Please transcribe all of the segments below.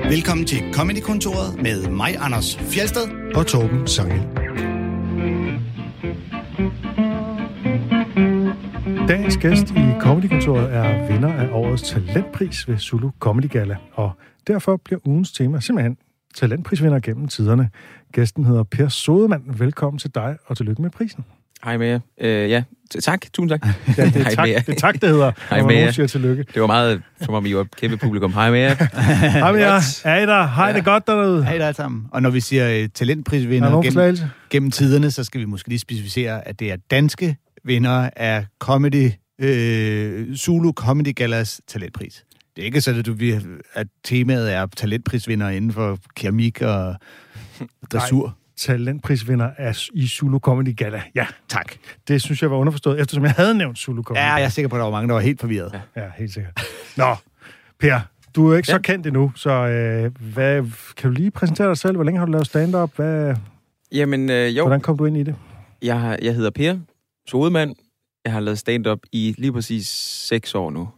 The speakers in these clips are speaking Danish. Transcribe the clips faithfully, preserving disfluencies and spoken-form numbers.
Velkommen til Comedy-kontoret med mig, Anders Fjeldsted og Torben Sangel. Dagens gæst i Comedy-kontoret er vinder af årets talentpris ved Zulu Comedy Galla, og derfor bliver ugens tema simpelthen talentprisvinder gennem tiderne. Gæsten hedder Per Sodemann. Velkommen til dig, og tillykke med prisen. Hej med jer. Øh, ja, tak. Tusind tak. Ja, det er tak, det, er tak, det hedder, Hej når med nogen jer. siger tillykke. Det var meget, som om I var et kæmpe publikum. Hej med jer. Hej med jer. Er I der? Hej, ja. Det godt derude. Hej der alle sammen. Og når vi siger uh, talentprisvinder gennem, gennem tiderne, så skal vi måske lige specificere, at det er danske vinder af comedy, øh, Zulu Comedy Gallas talentpris. Det er ikke sådan, at, du, at temaet er talentprisvinder inden for keramik og dressur. Nej. Talentprisvinder af i Zulu Comedy Galla. Ja, tak. Det synes jeg var underforstået, eftersom jeg havde nævnt Zulu Comedy Galla. Ja, jeg er sikker på, at der var mange, der var helt forvirret. Ja, ja helt sikkert. Nå, Per, du er ikke ja. så kendt endnu, så øh, hvad, kan du lige præsentere dig selv? Hvor længe har du lavet stand-up? Hvad, Jamen, øh, jo. Hvordan kom du ind i det? Jeg, har, jeg hedder Per Sodemann. Jeg har lavet stand-up i lige præcis seks år nu.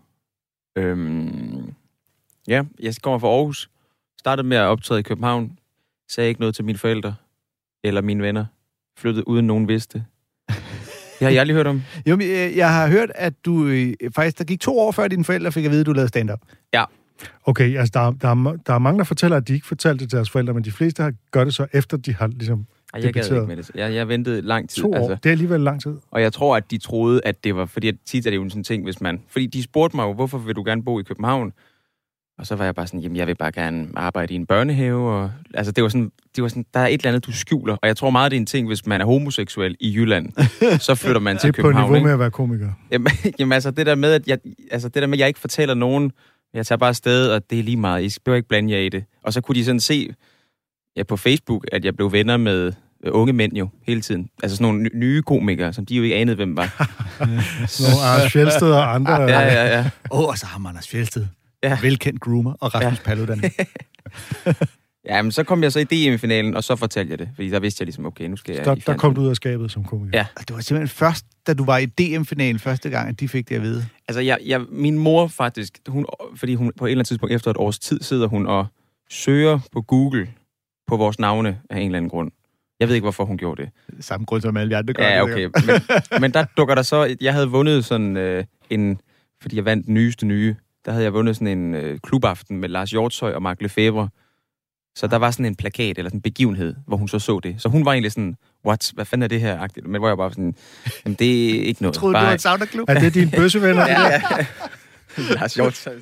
Øhm, ja, jeg kommer fra Aarhus. Startede med at optræde i København. Sagde ikke noget til mine forældre eller mine venner. Flyttede uden nogen vidste. Det har jeg aldrig hørt om. Jo, men jeg har hørt, at du faktisk, der gik to år før dine forældre fik at vide, at du lavede stand-up. Ja. Okay, altså der, der, er, der er mange, der fortæller, at de ikke fortalte det til deres forældre, men de fleste har gør det så, efter de har ligesom Ej, jeg gad ikke med det. Jeg, jeg ventede lang tid. To år, altså. Det er alligevel lang tid. Og jeg tror, at de troede, at det var, fordi at tit er det jo sådan en ting, hvis man... Fordi de spurgte mig jo, hvorfor vil du gerne bo i København? Og så var jeg bare sådan, jamen jeg vil bare gerne arbejde i en børnehave. Og, altså det var, sådan, det var sådan, der er et eller andet, du skjuler. Og jeg tror meget, det er en ting, hvis man er homoseksuel i Jylland, så flytter man til København. Det er på niveau ikke? med at være komiker. Jamen, jamen altså det der med, at jeg, altså, det der med, at jeg ikke fortæller nogen, jeg tager bare afsted, og det er lige meget. I behøver ikke blande jer i det. Og så kunne de sådan se ja, på Facebook, at jeg blev venner med unge mænd jo, hele tiden. Altså sådan nogle nye komikere, som de jo ikke anede, hvem var. Nogle Anders Fjeldsted og andre. Ja, ja, ja. Åh, oh, og så har man Anders Fjeldsted. Ja. Velkendt groomer og Rasmus ja. Paludan. Ja, men så kom jeg så i D M-finalen, og så fortalte jeg det. Fordi der vidste jeg ligesom, okay, nu skal jeg... Der, der kom du ud af skabet som komiker. Ja. Det var simpelthen først, da du var i D M-finalen første gang, at de fik det at vide. Altså, jeg, jeg, min mor faktisk, hun, fordi hun på et eller andet tidspunkt efter et års tid, sidder hun og søger på Google på vores navne af en eller anden grund. Jeg ved ikke, hvorfor hun gjorde det. Samme grund som alle de andre gør. Ja, okay. Men, men der dukker der så... Jeg havde vundet sådan øh, en... Fordi jeg vandt den nyeste nye. Der havde jeg vundet sådan en øh, klubaften med Lars Hjortshøj og Mark Lefebvre. Så der var sådan en plakat eller sådan en begivenhed, hvor hun så så det. Så hun var egentlig sådan, what? Hvad fanden er det her? Men hvor jeg bare sådan, jamen det er ikke noget. Jeg troede, bare... du var et saunaklub. Er det dine bøssevenner? Ja, ja. Lars Hjortshøj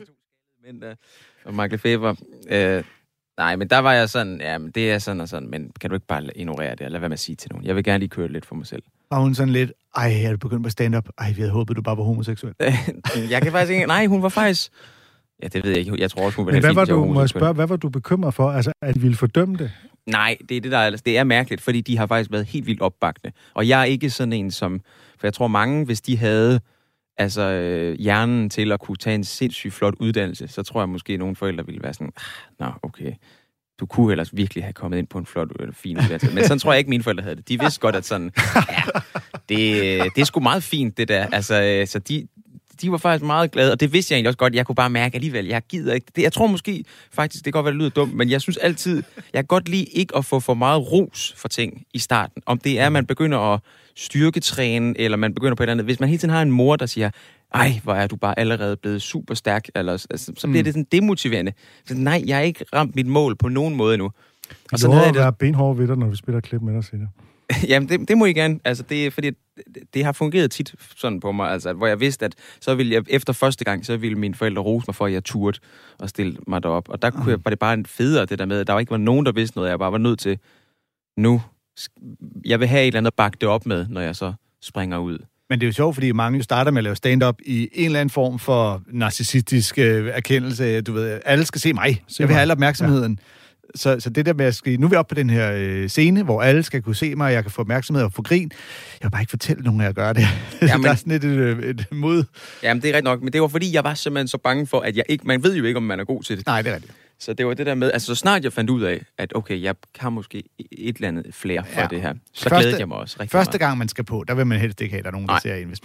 og Mark Lefebvre. Øh, nej, men der var jeg sådan, ja, men det er sådan og sådan, men kan du ikke bare ignorere det, eller hvad man sige til nogen? Jeg vil gerne lige køre lidt for mig selv. Og hun sådan lidt, ej, er du begyndt på stand-up? Ej, vi havde håbet, du bare var homoseksuel. Jeg kan faktisk ikke... Nej, hun var faktisk... Ja, det ved jeg ikke. Jeg tror også, hun ville have fint, hvad var du, må jeg spørge, hvad var du bekymret for? Altså, at de ville fordømme det? Nej, det er det, der er, det er mærkeligt, fordi de har faktisk været helt vildt opbakkende. Og jeg er ikke sådan en som... For jeg tror mange, hvis de havde altså, øh, hjernen til at kunne tage en sindssygt flot uddannelse, så tror jeg måske, at nogle forældre ville være sådan, ah, nå, okay, du kunne ellers virkelig have kommet ind på en flot, eller fin uddannelse. Men sådan tror jeg ikke, mine forældre havde det. De vidste godt, at sådan, ja, det, det er sgu meget fint, det der. Altså, så de... De var faktisk meget glade, og det vidste jeg egentlig også godt. Jeg kunne bare mærke alligevel, jeg gider ikke. Det, jeg tror måske faktisk, det kan godt være, det lyder dumt, men jeg synes altid, jeg kan godt lide ikke at få for meget ros for ting i starten. Om det er, at man begynder at styrketræne, eller man begynder på et eller andet. Hvis man hele tiden har en mor, der siger, ej, hvor er du bare allerede blevet super stærk, eller, altså, så bliver det sådan demotiverende. Så, nej, jeg har ikke ramt mit mål på nogen måde endnu. Og så havde jeg det... være benhård ved dig, når vi spiller klip med dig senere. Jamen, det, det må I gerne. Altså, det er fordi, det, det har fungeret tit sådan på mig, altså, hvor jeg vidste, at så ville jeg, efter første gang, så ville mine forældre rose mig for, at jeg turde og stille mig derop. Og der kunne jeg, var det bare en federe, det der med, at der var ikke var nogen, der vidste noget. Jeg bare var nødt til, nu, jeg vil have et eller andet at bakke det op med, når jeg så springer ud. Men det er jo sjovt, fordi mange jo starter med at lave stand-up i en eller anden form for narcissistisk øh, erkendelse. Du ved, alle skal se mig. Se jeg vil have al opmærksomheden. Ja. Så, så det der med at skrive, nu er vi oppe på den her øh, scene, hvor alle skal kunne se mig, og jeg kan få opmærksomhed og få grin. Jeg vil bare ikke fortælle nogen, at jeg gør det. Jamen, der er sådan et, et, et mod. Jamen, det er rigtigt nok, men det var fordi, jeg var simpelthen så bange for, at jeg ikke, man ved jo ikke, om man er god til det. Nej, det er rigtigt. Så det var det der med, altså så snart jeg fandt ud af, at okay, jeg har måske et eller andet flere for ja. det her, så første, glædede jeg mig også rigtig Første meget. gang, man skal på, der vil man helst ikke have, der er nogen, der Nej. ser en, hvis man...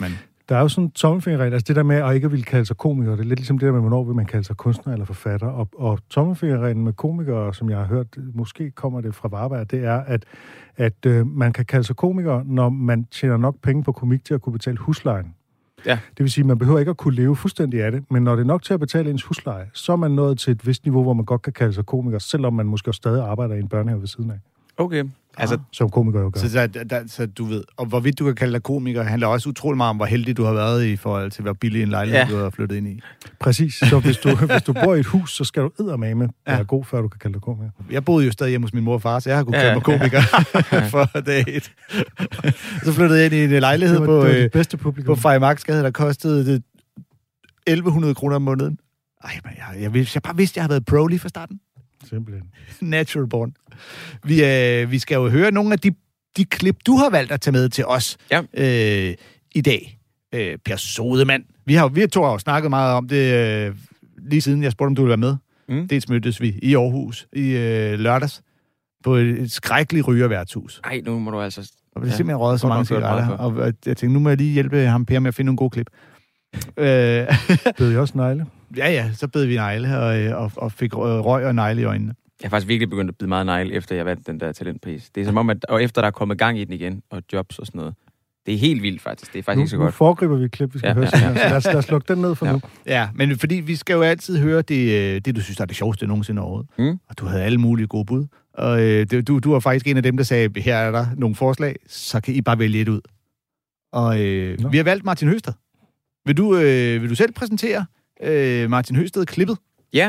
Der er jo sådan en tommelfingerregel, altså det der med at ikke ville kalde sig komiker, det er lidt ligesom det der med, hvornår vil man kalde sig kunstner eller forfatter, og, og tommelfingerreglen med komikere, som jeg har hørt, måske kommer det fra Varberg, det er, at, at øh, man kan kalde sig komiker, når man tjener nok penge på komik til at kunne betale huslejen. Ja. Det vil sige, at man behøver ikke at kunne leve fuldstændig af det, men når det er nok til at betale ens husleje, så er man nået til et vist niveau, hvor man godt kan kalde sig komiker, selvom man måske stadig arbejder i en børnehave ved siden af. Okay. Altså, som komiker jo gør. Så, der, der, så du ved, og hvorvidt du kan kalde dig komiker, handler også utrolig meget om, hvor heldig du har været i forhold til, hvor billig en lejlighed ja. du har flyttet ind i. Præcis. Så hvis du, hvis du bor i et hus, så skal du eddermame være ja. god, før du kan kalde dig komiker. Jeg boede jo stadig hjemme hos min mor og far, så jeg har kunnet ja. kalde mig komiker for dag et. Så flyttede jeg ind i en lejlighed det var, på, det det bedste publikum. på Frederiksmarksgade, der kostede elleve hundrede kroner om måneden. Ej, men jeg, jeg, jeg, jeg bare vidste, at jeg havde været pro lige fra starten. Simpelthen. Natural born. Vi, øh, vi skal jo høre nogle af de, de klip, du har valgt at tage med til os ja. øh, i dag. Øh, Per Sodemann. Vi har vi to har jo snakket meget om det, øh, lige siden jeg spurgte, om du ville være med. Mm. Dels mødtes vi i Aarhus i øh, lørdags på et, et skrækkeligt rygerværtshus. Ej, nu må du altså... Og det er simpelthen røget så mange cigaretter. Og jeg tænkte, nu må jeg lige hjælpe ham Per med at finde nogle gode klip. Øh. Bed I også negle? Ja, ja, så bed vi negle og, og, og fik røg og negle i øjnene. Jeg har faktisk virkelig begyndt at bide meget negle, efter jeg vandt den der talentpris. Det er som om, at og efter der er kommet gang i den igen, og jobs og sådan noget. Det er helt vildt, faktisk. Det er faktisk nu, ikke så godt. Nu foregriber vi et klip, vi skal ja, høre. Ja, ja, ja. Så lad os, lad os lukke den ned for ja. nu. Ja, men fordi vi skal jo altid høre det, det du synes er det sjoveste nogensinde overhovedet. Mm. Og du havde alle mulige gode bud. Og øh, du, du var faktisk en af dem, der sagde, her er der nogle forslag, så kan I bare vælge et ud. Og øh, vi har valgt Martin Høsted. Vil du, øh, vil du selv præsentere øh, Martin Høsted klippet? Ja.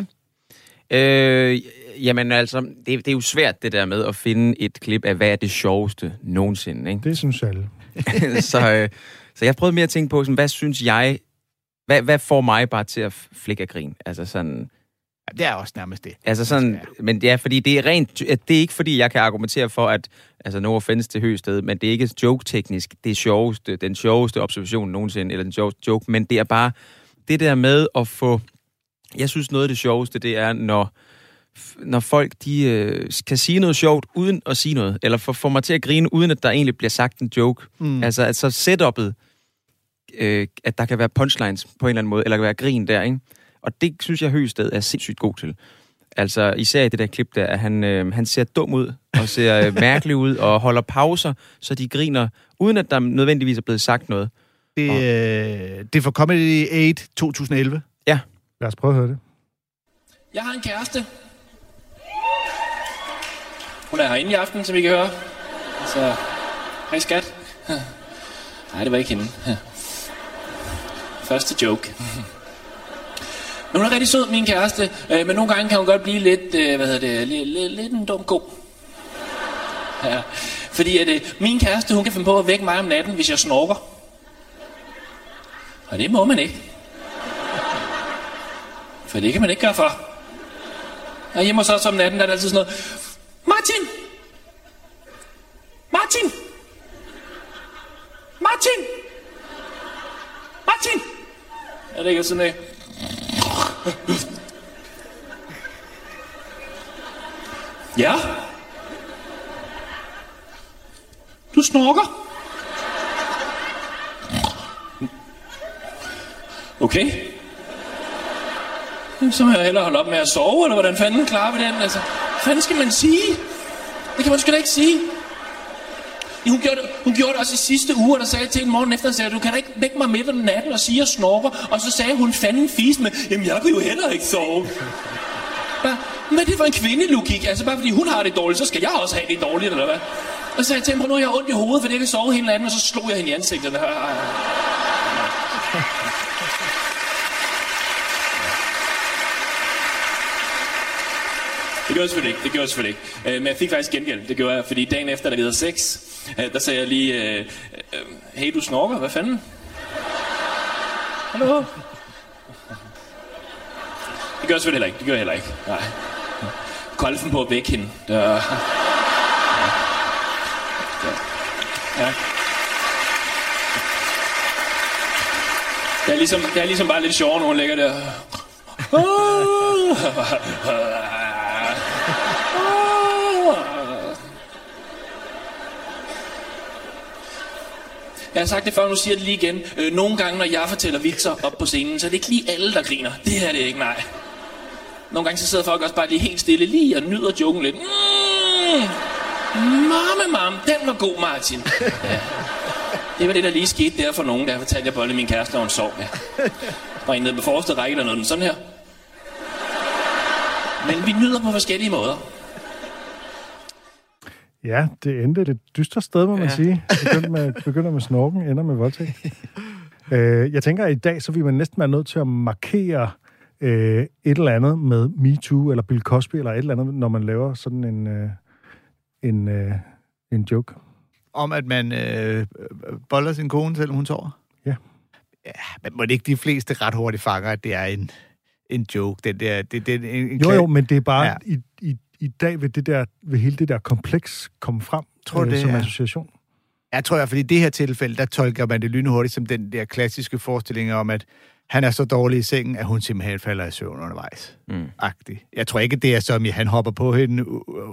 Øh, jamen altså, det, det er jo svært det der med at finde et klip af, hvad er det sjoveste nogensinde, ikke? Det synes alle. så, øh, så jeg prøvede mere at tænke på, sådan, hvad synes jeg, hvad, hvad får mig bare til at flikke af grin? Altså sådan... Ja, det er også nærmest det. Altså sådan, men det er fordi, det er rent, det er ikke fordi, jeg kan argumentere for, at, altså no offense til Høsted, men det er ikke joke-teknisk, det er sjoveste, den sjoveste observation nogensinde, eller den sjoveste joke, men det er bare det der med at få, jeg synes noget af det sjoveste, det er, når, når folk, de øh, kan sige noget sjovt, uden at sige noget, eller få, få mig til at grine, uden at der egentlig bliver sagt en joke. Mm. Altså, altså setup'et, øh, at der kan være punchlines på en eller anden måde, eller der kan være grin der, ikke? Og det synes jeg, Høsted er sindssygt god til. Altså, især i det der klip der, at han, øh, han ser dum ud, og ser øh, mærkelig ud, og holder pauser, så de griner, uden at der nødvendigvis er blevet sagt noget. Det, og... øh, det er fra Comedy otte to tusind og elleve. Ja. Lad os prøve at høre det. Jeg har en kæreste. Hun er herinde i aften, som I kan høre. Så, hej skat. Nej, det var ikke hende. Første joke. Men hun er rigtig sød, min kæreste, øh, men nogle gange kan hun godt blive lidt, øh, hvad hedder det, lidt, lidt, lidt en dum god. Ja, fordi at øh, min kæreste, hun kan finde på at vække mig om natten, hvis jeg snorker. Og det må man ikke. For det kan man ikke gøre for. Og hjemme hos os om natten, der er det altid sådan noget, Martin! Martin! Martin! Martin! Er det ikke sådan noget? Ja? Du snorker? Okay. Så må jeg hellere holde op med at sove, eller hvordan fanden klarer vi den? Altså, hvad fanden skal man sige? Det kan man sgu da ikke sige. Hun gjorde, det, hun gjorde det også i sidste uge, og der sagde til en morgen efter, sagde, du kan da ikke vække mig midt om natten og sige, at jeg snorker. Og så sagde hun fanden fis med, jamen jeg kan jo heller ikke sove. Bare, hvad er det for en kvindelogik? Altså bare fordi hun har det dårligt, så skal jeg også have det dårligt, eller hvad? Og så sagde jeg til hende, nu har jeg ondt i hovedet, fordi jeg kan sove hele natten, og så slog jeg hende i ansigtet. Det gjorde jeg selvfølgelig ikke, det gjorde jeg selvfølgelig ikke. Uh, men jeg fik faktisk gengæld, det gjorde jeg, fordi dagen efter, da vi havde sex, uh, der sagde jeg lige, uh, uh, hey, du snorker, hvad fanden? Hallo? Det gjorde jeg selvfølgelig heller ikke, det gjorde jeg heller ikke, nej. Kolfen på at vække hende, der... Ja. Ja. Det er ligesom, det er ligesom bare lidt sjovt, når hun ligger der. Jeg har sagt det før, nu siger jeg det lige igen. Øh, nogle gange, når jeg fortæller vitser op på scenen, så er det ikke lige alle, der griner. Det her er det ikke, nej. Nogle gange så sidder folk også bare lige helt stille lige og nyder joken lidt. Mm, mamme, mamme, den var god, Martin. Ja. Det var det, der lige skete der for nogen, der fortalte jeg bolle min kæreste, når hun sov. Ja. Der var en nede på forreste række, der noget sådan her. Men vi nyder på forskellige måder. Ja, det endte et lidt dystert sted, må man ja. sige. Begynder med, begynder med snorken, ender med voldtægt. øh, jeg tænker, at i dag så vil man næsten være nødt til at markere øh, et eller andet med MeToo eller Bill Cosby eller et eller andet, når man laver sådan en, øh, en, øh, en joke. Om at man øh, boller sin kone, selvom hun sover? Ja. Ja, men må det ikke de fleste ret hurtigt fanger, at det er en, en joke? Den der, det, det, en, en jo, jo, men det er bare... Ja. I, i, I dag vil, det der, vil hele det der kompleks komme frem tror, øh, det som er. association. Jeg tror, at i det her tilfælde, der tolker man det lynhurtigt som den der klassiske forestilling om, at han er så dårlig i sengen, at hun simpelthen falder i søvn undervejs. Mm. Agtig. Jeg tror ikke, det er som, at han hopper på hende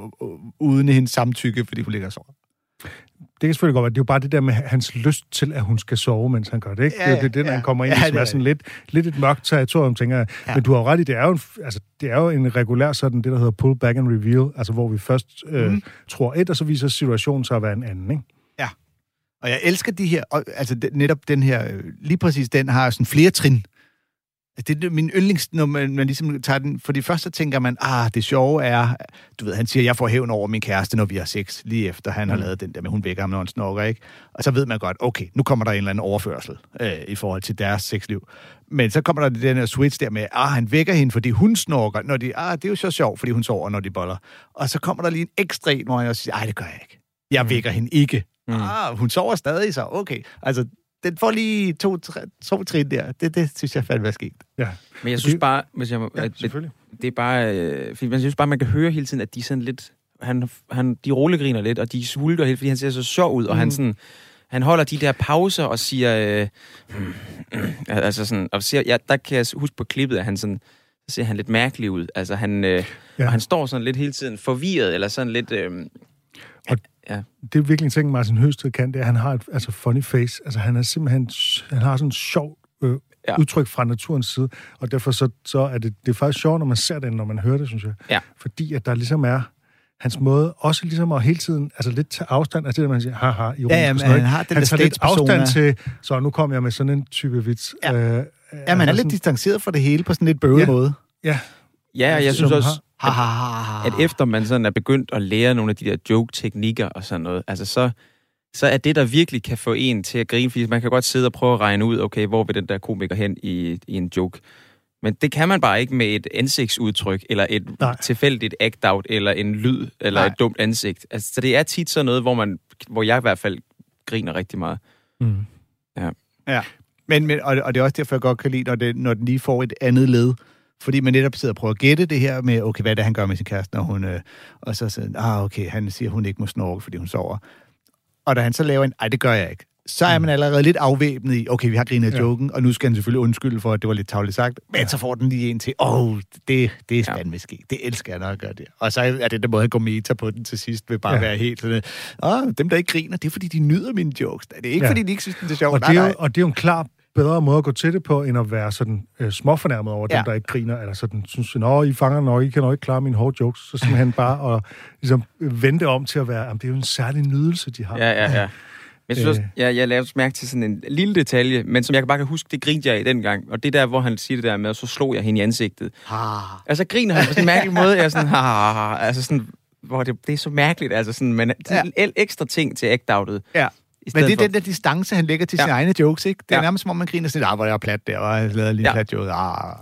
uden hendes samtykke, fordi hun ligger og sover. Det kan selvfølgelig godt være. Det er jo bare det der med hans lyst til, at hun skal sove, mens han gør det, ikke? Ja, det er jo det, ja. Han kommer ind i, ja, som er sådan lidt, lidt et mørkt territorium, tænker jeg. Ja. Men du har jo ret i, det er jo en, altså, det er jo en regulær sådan, det der hedder pull back and reveal, altså hvor vi først øh, mm. tror et, og så viser situationen så at være en anden, ikke? Ja. Og jeg elsker de her, altså netop den her, lige præcis den har sådan flere trin. Det er min yndlings, når man, man ligesom tager den. For det første tænker man, ah, det sjove er, du ved, han siger, jeg får hævn over min kæreste, når vi har sex, lige efter han mm. har lavet den der, men hun vækker ham, når han snorker, ikke? Og så ved man godt, okay, nu kommer der en eller anden overførsel øh, i forhold til deres sexliv. Men så kommer der den her switch der med, ah, han vækker hende, fordi hun snorker, når de, ah, det er jo så sjovt, fordi hun sover, når de boller. Og så kommer der lige en ekstra en, hvor jeg også siger, ej, det gør jeg ikke. Jeg vækker hende ikke. Mm. Ah, hun sover stadig, så okay. Altså, den får lige to, tre, to trin der. Det, det synes jeg fandme er sket. Ja. Men jeg synes bare, hvis jeg, ja, at, det er bare, øh, fordi man synes bare, man kan høre hele tiden, at de er sådan lidt, han, han, de rolegriner lidt, og de sulter helt, fordi han ser så sjov ud, og mm. han sådan, han holder de der pauser og siger, øh, mm, mm, altså sådan, og siger, ja, der kan jeg huske på klippet, at han sådan, så ser han lidt mærkelig ud. Altså han, øh, ja. og han står sådan lidt hele tiden forvirret, eller sådan lidt, øh, og ja. Det er virkelig en ting, Martin Høsted kan, det er, at han har et altså funny face. Altså han er simpelthen, han har sådan en sjov øh, ja. udtryk fra naturens side, og derfor så, så er det, det er faktisk sjovt, når man ser det, når man hører det, synes jeg. Ja. Fordi at der ligesom er hans måde, også ligesom at hele tiden, altså lidt til afstand, altså det, man siger, haha, ironisk. Ja, ja, men han har den han tager lidt afstand til, til, så nu kommer jeg med sådan en type vits. Ja, øh, ja man er lidt sådan, distanceret fra det hele på sådan lidt bøvet ja. måde. Ja. Ja, og jeg synes også, at, at efter man sådan er begyndt at lære nogle af de der joke-teknikker og sådan noget, altså så, så er det, der virkelig kan få en til at grine, fordi man kan godt sidde og prøve at regne ud, okay, hvor vil den der komiker hen i, i en joke. Men det kan man bare ikke med et ansigtsudtryk, eller et Nej. tilfældigt act-out, eller en lyd, eller Nej. et dumt ansigt. Altså, så det er tit sådan noget, hvor, man, hvor jeg i hvert fald griner rigtig meget. Mm. Ja. Ja. Men, men, og, og det er også derfor, jeg godt kan lide, når, det, når den lige får et andet led. Fordi man netop sidder og prøver at gætte det her med, okay, hvad er det, han gør med sin kæreste, når hun... Øh, og så siger ah, okay, han siger, hun ikke må snorke, fordi hun sover. Og da han så laver en, ej, det gør jeg ikke, så er man allerede lidt afvæbnet i, okay, vi har grinet af joken, ja. og nu skal han selvfølgelig undskylde for, at det var lidt tavligt sagt, men ja. så får den lige en til, åh, oh, det, det er spændende ske. Det elsker jeg, når jeg gør det. Og så er det den måde, han går meta på den til sidst, vil bare ja. være helt sådan, åh, dem, der ikke griner, det er, fordi de nyder mine jokes. Det er ikke, ja. fordi de ikke synes, det er sjovt. Og det er, jo, og det er jo en klar bedre måde at gå til det på, end at være sådan øh, småfornærmet over ja. dem, der ikke griner, eller sådan, synes, nå, I fanger nok, I kan nok ikke klare mine hårde jokes, så simpelthen bare og ligesom vente om til at være, jamen, det er jo en særlig nydelse, de har. Ja, ja, ja. Jeg synes også, jeg, jeg lavede mærke til sådan en lille detalje, men som jeg bare kan huske, det grinte jeg i dengang. Og det der, hvor han siger det der med, og så slog jeg hende i ansigtet. Ah. Altså griner han på sådan en mærkelig måde. Jeg er sådan, ah, altså sådan, hvor det, det er så mærkeligt. Altså sådan, men ja. en ekstra ting til act-outet. Ja. Men det er den der distance, han lægger til ja. sine egne jokes, ikke? Det er ja. nærmest, som om man griner sådan, ah, hvor jeg er plat der, og jeg lavede lige en ja. plat joke. Ah.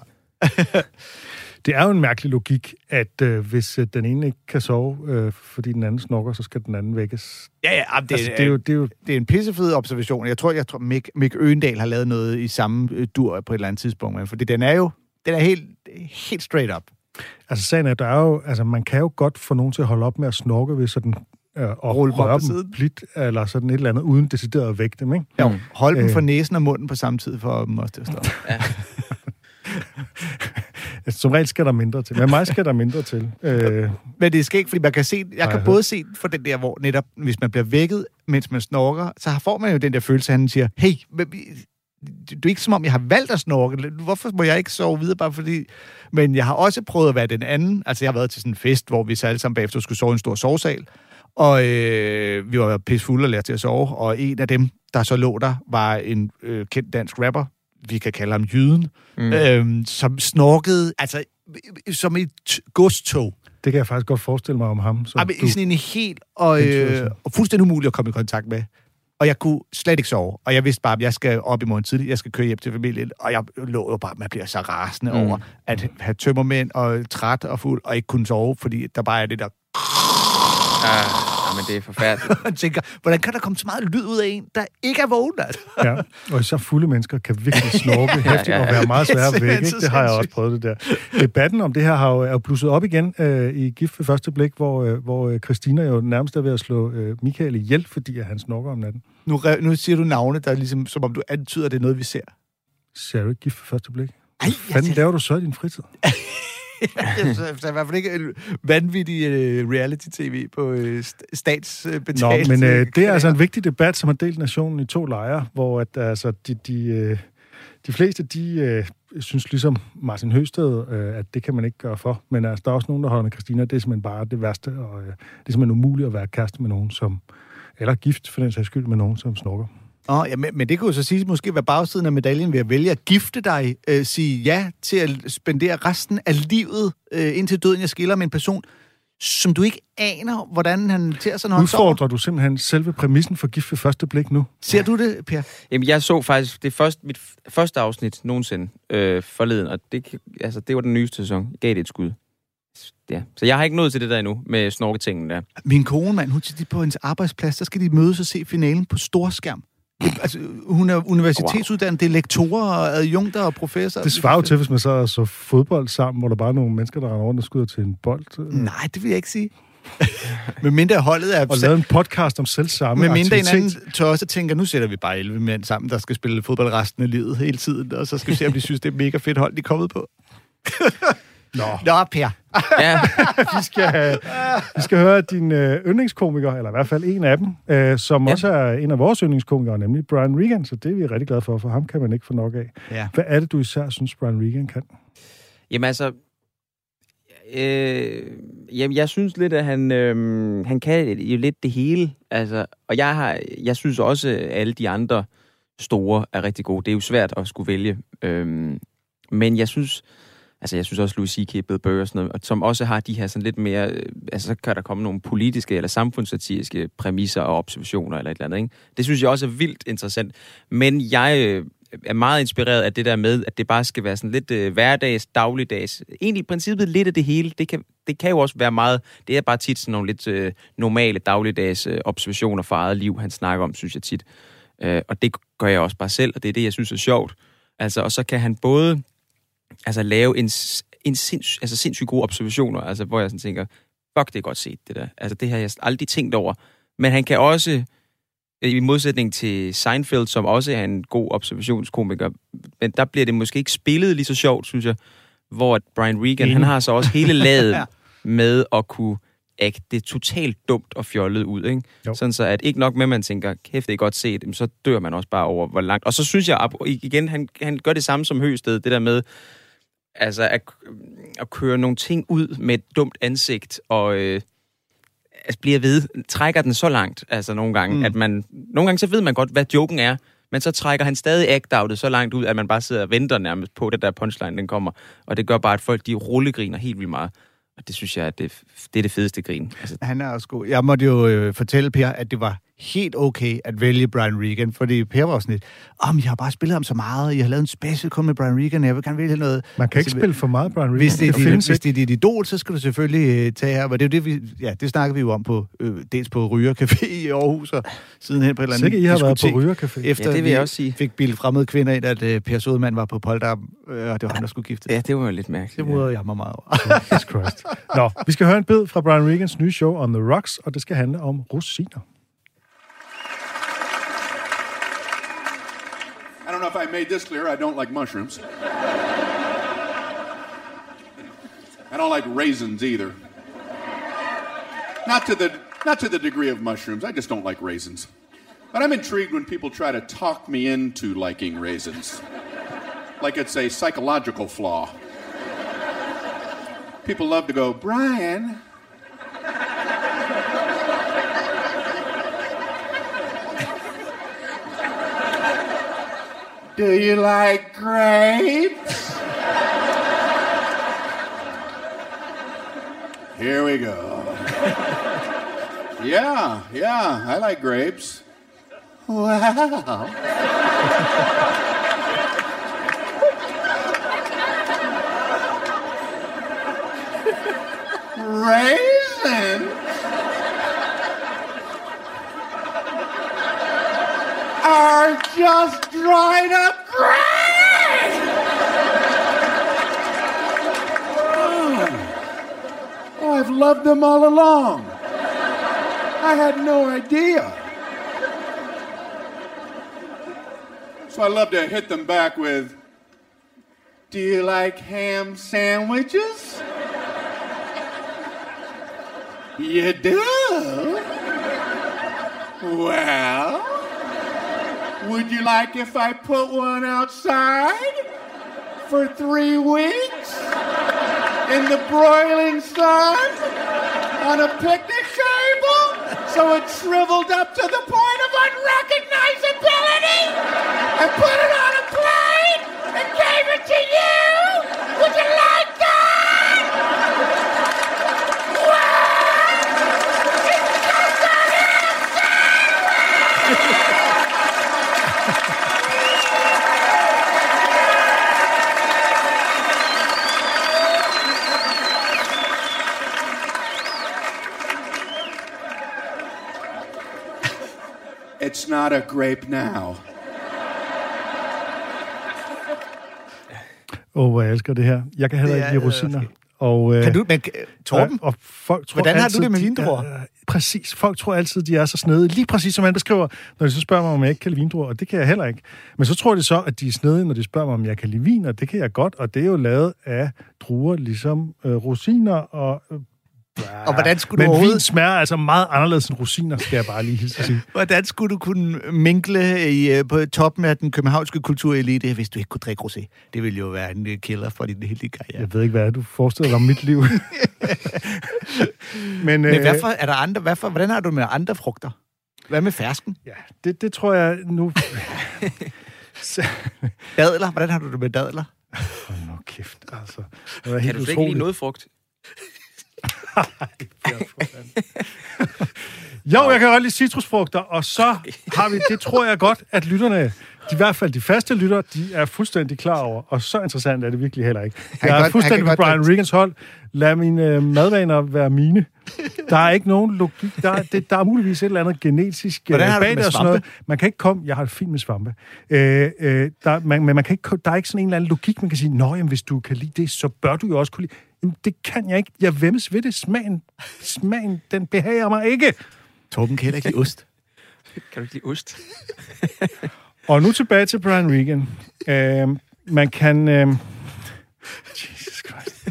Det er jo en mærkelig logik, at øh, hvis øh, den ene ikke kan sove, øh, fordi den anden snorker, så skal den anden vækkes. Ja, ja, det, altså, det, er jo, det er jo det er en pissefed observation. Jeg tror, jeg tror Mick, Mick Øgendahl har lavet noget i samme øh, dur på et eller andet tidspunkt, men fordi den er jo den er helt, helt straight up. Altså sagen er, der er jo, altså man kan jo godt få nogen til at holde op med at snorke ved sådan øh, og rulle røre dem blidt, eller sådan et eller andet, uden decideret at vække dem, ikke? Ja, hold dem for næsen og munden på samme tid, for dem også til at stoppe. Ja. Som regel skal der mindre til. Men mig skal der mindre til. Øh, Men det skal ikke, fordi man kan se, jeg kan både se for den der, hvor netop, hvis man bliver vækket, mens man snorker, så får man jo den der følelse, at han siger, hey, det er ikke som om, jeg har valgt at snorke. Hvorfor må jeg ikke sove videre, bare fordi... Men jeg har også prøvet at være den anden. Altså, jeg har været til sådan en fest, hvor vi så alle sammen bagefter skulle sove i en stor sovesal. Og øh, vi var pissfulde og lærte til at sove. Og en af dem, der så lå der, var en øh, kendt dansk rapper. Vi kan kalde ham Jyden. Mm. Øh, som snorkede, altså, som et godstog. Det kan jeg faktisk godt forestille mig om ham. Så Jamen, du... sådan en helt og, øh, og fuldstændig umuligt at komme i kontakt med. Og jeg kunne slet ikke sove. Og jeg vidste bare, at jeg skal op i morgen tidligt, jeg skal køre hjem til familien. Og jeg lå jo bare, man bliver så rasende mm. over at have tømmermænd og træt og fuld, og ikke kunne sove, fordi der bare er det der... Ah, men det er forfærdeligt. Man tænker, hvordan kan der komme så meget lyd ud af en, der ikke er vågen? Altså? Ja, og så fulde mennesker kan virkelig snorke hæftigt ja, ja, ja. og være meget svære væk. Ikke? Det har jeg også prøvet det der. Debatten om det her har jo blusset op igen øh, i Gift ved første blik, hvor, øh, hvor Christina jo nærmest er ved at slå øh, Michael ihjel, fordi han snorker om natten. Nu, nu siger du navne, der er ligesom, som om du antyder, det er noget, vi ser. Ser du ikke Gift ved første blik? Hvad fanden laver du så i din fritid? Så i hvert fald ikke vanvittig uh, reality-tv på uh, statsbetalt. Nå, men uh, det er altså en vigtig debat, som har delt nationen i to lejre, hvor at, altså, de, de, uh, de fleste, de uh, synes ligesom Martin Høsted, uh, at det kan man ikke gøre for. Men altså, der er også nogen, der holder med Christina. Det er simpelthen bare det værste, og uh, det er simpelthen umuligt at være kæreste med nogen, som, eller gift for den sags skyld med nogen, som snorker. Oh, ja, men, men det kunne jo så sige, måske være bagsiden af medaljen ved at vælge at gifte dig, øh, sige ja til at spendere resten af livet, øh, indtil døden jeg skiller med en person, som du ikke aner, hvordan han ter sig, når han sover. Udfordrer du simpelthen selve præmissen for Gift ved første blik nu? Ser du det, Per? Jamen, jeg så faktisk det første, mit første afsnit nogensinde øh, forleden, og det, altså, det var den nyeste sæson. Jeg gav det et skud. Ja. Så jeg har ikke nået til det der endnu, med snorketingen der. Min kone, mand, hun siger, på hendes arbejdsplads, der skal de mødes og se finalen på storskærm. Altså, hun er universitetsuddannet, det er lektorer og adjunkter og professorer. Det svarer jo til, hvis man så så fodbold sammen, hvor der bare er nogle mennesker, der render rundt og skyder til en bold. Nej, det vil jeg ikke sige. Men mindre holdet er... Og lavet en podcast om selv samme Men mindre aktivitet. en anden tør også tænker, nu sætter vi bare elleve mænd sammen, der skal spille fodbold resten af livet hele tiden, og så skal vi se, om de synes, det er mega fedt hold, de er kommet på. Nå. Nå, Per. Ja. vi, skal, vi skal høre din øh, yndlingskomiker, eller i hvert fald en af dem, øh, som ja. også er en af vores yndlingskomikere, nemlig Brian Regan, så det er vi rigtig glade for, for ham kan man ikke få nok af. Ja. Hvad er det, du især synes, Brian Regan kan? Jamen altså, øh, jamen, jeg synes lidt, at han, øh, han kan jo lidt det hele, altså, og jeg, har, jeg synes også, at alle de andre store er rigtig gode. Det er jo svært at skulle vælge, øh, men jeg synes... Altså, jeg synes også, Louis C K, Bill Burr og sådan noget, som også har de her sådan lidt mere... Altså, så kan der komme nogle politiske eller samfundssatiriske præmisser og observationer eller et eller andet, ikke? Det synes jeg også er vildt interessant. Men jeg er meget inspireret af det der med, at det bare skal være sådan lidt øh, hverdags, dagligdags. Egentlig i princippet lidt af det hele. Det kan, det kan jo også være meget... Det er bare tit sådan nogle lidt øh, normale, dagligdags øh, observationer for eget liv, han snakker om, synes jeg tit. Øh, og det gør jeg også bare selv, og det er det, jeg synes er sjovt. Altså, og så kan han både... Altså lave en, en sinds, altså sindssygt gode observationer, altså hvor jeg sådan tænker, fuck, det er godt set, det der. Altså det har jeg aldrig tænkt over. Men han kan også, i modsætning til Seinfeld, som også er en god observationskomiker, men der bliver det måske ikke spillet lige så sjovt, synes jeg, hvor Brian Regan, mm. han har så også hele laget ja. med at kunne ægte det totalt dumt og fjollet ud, ikke? Jo. Sådan så, at ikke nok med, at man tænker, kæft, det er godt set, så dør man også bare over, hvor langt. Og så synes jeg, igen, han, han gør det samme som Høsted, det der med, altså at, at køre nogle ting ud med et dumt ansigt, og øh, altså bliver ved, trækker den så langt, altså nogle gange, mm. at man, nogle gange så ved man godt, hvad joken er, men så trækker han stadig act-outet så langt ud, at man bare sidder og venter nærmest på, at der punchline, den kommer, og det gør bare, at folk, de rullegriner helt vildt meget. Og det synes jeg, at det, det er det fedeste grin. Altså. Han er også god. Jeg måtte jo øh, fortælle Per, at det var helt okay at vælge Brian Regan, fordi Per var sådan lidt, om oh, jeg har bare spillet ham så meget, jeg har lavet en special kun med Brian Regan, jeg vil gerne vælge noget. Man kan ikke altså, spille for meget Brian Regan. Hvis det, det, det, hvis det er dit idol, så skal du selvfølgelig uh, tage her, og det er det, vi, ja, det snakker vi jo om på, øh, dels på Ryger Café i Aarhus, og sidenhen på et eller andet diskotek. Sikkert, I har været på Ryger Café. Efter ja, det vil jeg også sige. Fik bildet fremmede kvinder ind, at uh, Per Sodemann var på Polterabend, øh, og det var ham, der skulle gifte. Ja, det var jo lidt mærkeligt. Det mudrede ja. jeg mig meget over. Jesus Christ. Nå, vi skal høre en bid fra Brian Regans nye show On The Rocks, og det skal handle om rosiner. I don't know if I made this clear. I don't like mushrooms. I don't like raisins either. Not to the not to the degree of mushrooms. I just don't like raisins. But I'm intrigued when people try to talk me into liking raisins. Like it's a psychological flaw. People love to go, Brian. Do you like grapes? Here we go. Yeah, yeah, I like grapes. Wow. Raisins are just dried up grapes. Oh. oh, I've loved them all along. I had no idea. So I love to hit them back with, do you like ham sandwiches? You do? Well, would you like if I put one outside for three weeks in the broiling sun on a picnic table so it shriveled up to the point of unrecognizability and put it on a plate and gave it to you? Would you like that? Wow! It's not a grape now. Åh, oh, hvor jeg elsker det her. Jeg kan heller ikke lide rosiner. Og, øh, kan du, men Torben, og folk tror hvordan har altid, du det med de vindruer? Er, præcis. Folk tror altid, de er så snedige. Lige præcis som han beskriver, når de så spørger mig, om jeg ikke kan lide vindruer, og det kan jeg heller ikke. Men så tror de så, at de er snedige, når de spørger mig, om jeg kan lide vin, og det kan jeg godt, og det er jo lavet af druer, ligesom øh, rosiner og... Øh, Og hvordan skulle Men du overhovedet... vin smager altså meget anderledes end rosiner, skal jeg bare lige hilse at sige. Hvordan skulle du kunne minkle i, på toppen af den københavnske kulturelite, hvis du ikke kunne drikke rosé? Det ville jo være en killer for din heldige karriere. Jeg ved ikke, hvad du forestiller dig om mit liv. Men, Men øh, hvorfor er der andre, hvorfor, hvordan har du med andre frugter? Hvad med fersken? Ja, det, det tror jeg nu... Dadler? Hvordan har du det med dadler? Hold nu kæft, altså. Det kan du slet ikke lide noget frugt? Jo, jeg kan godt lide citrusfrugter, og så har vi, det tror jeg godt, at lytterne, de, i hvert fald de faste lyttere, de er fuldstændig klar over, og så interessant er det virkelig heller ikke. Jeg er godt, fuldstændig på Brian Regans hold. Lad mine øh, madvaner være mine. Der er ikke nogen logik. Der er, det, der er muligvis et eller andet genetisk øh, bag det og sådan noget. Man kan ikke komme... Jeg har det fint med svampe. Øh, øh, der, man, men man kan ikke, der er ikke sådan en eller anden logik, man kan sige, nå, jamen, hvis du kan lide det, så bør du jo også kunne lide... Jamen, det kan jeg ikke. Jeg væmmes ved det. Smagen, smagen, den behager mig ikke. Torben kan ikke lide ost. Kan du ikke lide ost? Og nu tilbage til Brian Regan. Øh, man kan... Øh, Jesus Christ.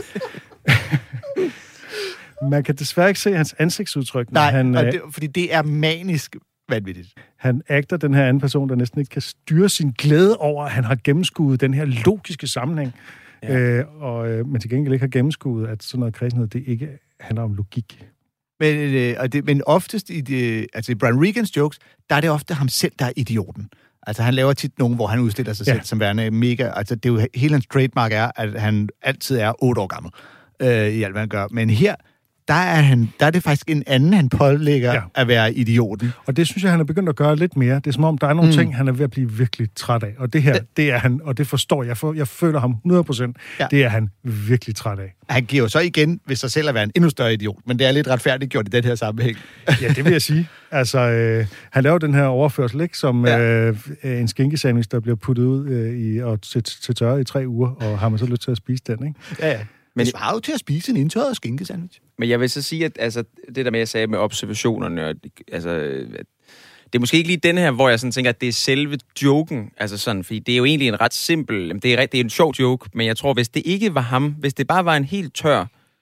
Man kan desværre ikke se hans ansigtsudtryk. Nej, han, og det, fordi det er manisk vanvittigt. Han agter den her anden person, der næsten ikke kan styre sin glæde over, at han har gennemskuet den her logiske sammenhæng. Ja. Øh, og, øh, men til gengæld ikke har gennemskuet, at sådan noget kredsenhed, det ikke handler om logik. Men, øh, og det, men oftest i, det, altså i Brian Regans jokes, der er det ofte ham selv, der er idioten. Altså han laver tit nogen, hvor han udstiller sig ja. selv som værende mega... Altså det er jo, hele hans trademark er, at han altid er otte år gammel øh, i alt, hvad han gør. Men her, der er, han, der er det faktisk en anden, han pålægger ja. at være idioten. Og det synes jeg, han er begyndt at gøre lidt mere. Det er som om, der er nogle mm. ting, han er ved at blive virkelig træt af. Og det her, det, det er han, og det forstår jeg. For, jeg føler ham hundrede procent. Ja. Det er han virkelig træt af. Han giver jo så igen ved sig selv at være en endnu større idiot, men det er lidt retfærdigt gjort i den her sammenhæng. Ja, det vil jeg sige. Altså, øh, han laver den her overførsel, ikke? Som ja. øh, en skinkesandwich, der bliver puttet ud øh, i, og til, til tørre i tre uger, og har man så lyst til at spise den, ikke? Ja, ja. Men det svarer jo til at spise en indtørret skinkesandwich. Men jeg vil så sige, at altså, det der med, jeg sagde med observationerne, og, altså, det er måske ikke lige den her, hvor jeg sådan tænker, at det er selve joken, altså sådan, fordi det er jo egentlig en ret simpel, det er, det er en sjov joke, men jeg tror, hvis det ikke var ham, hvis det bare var en helt tør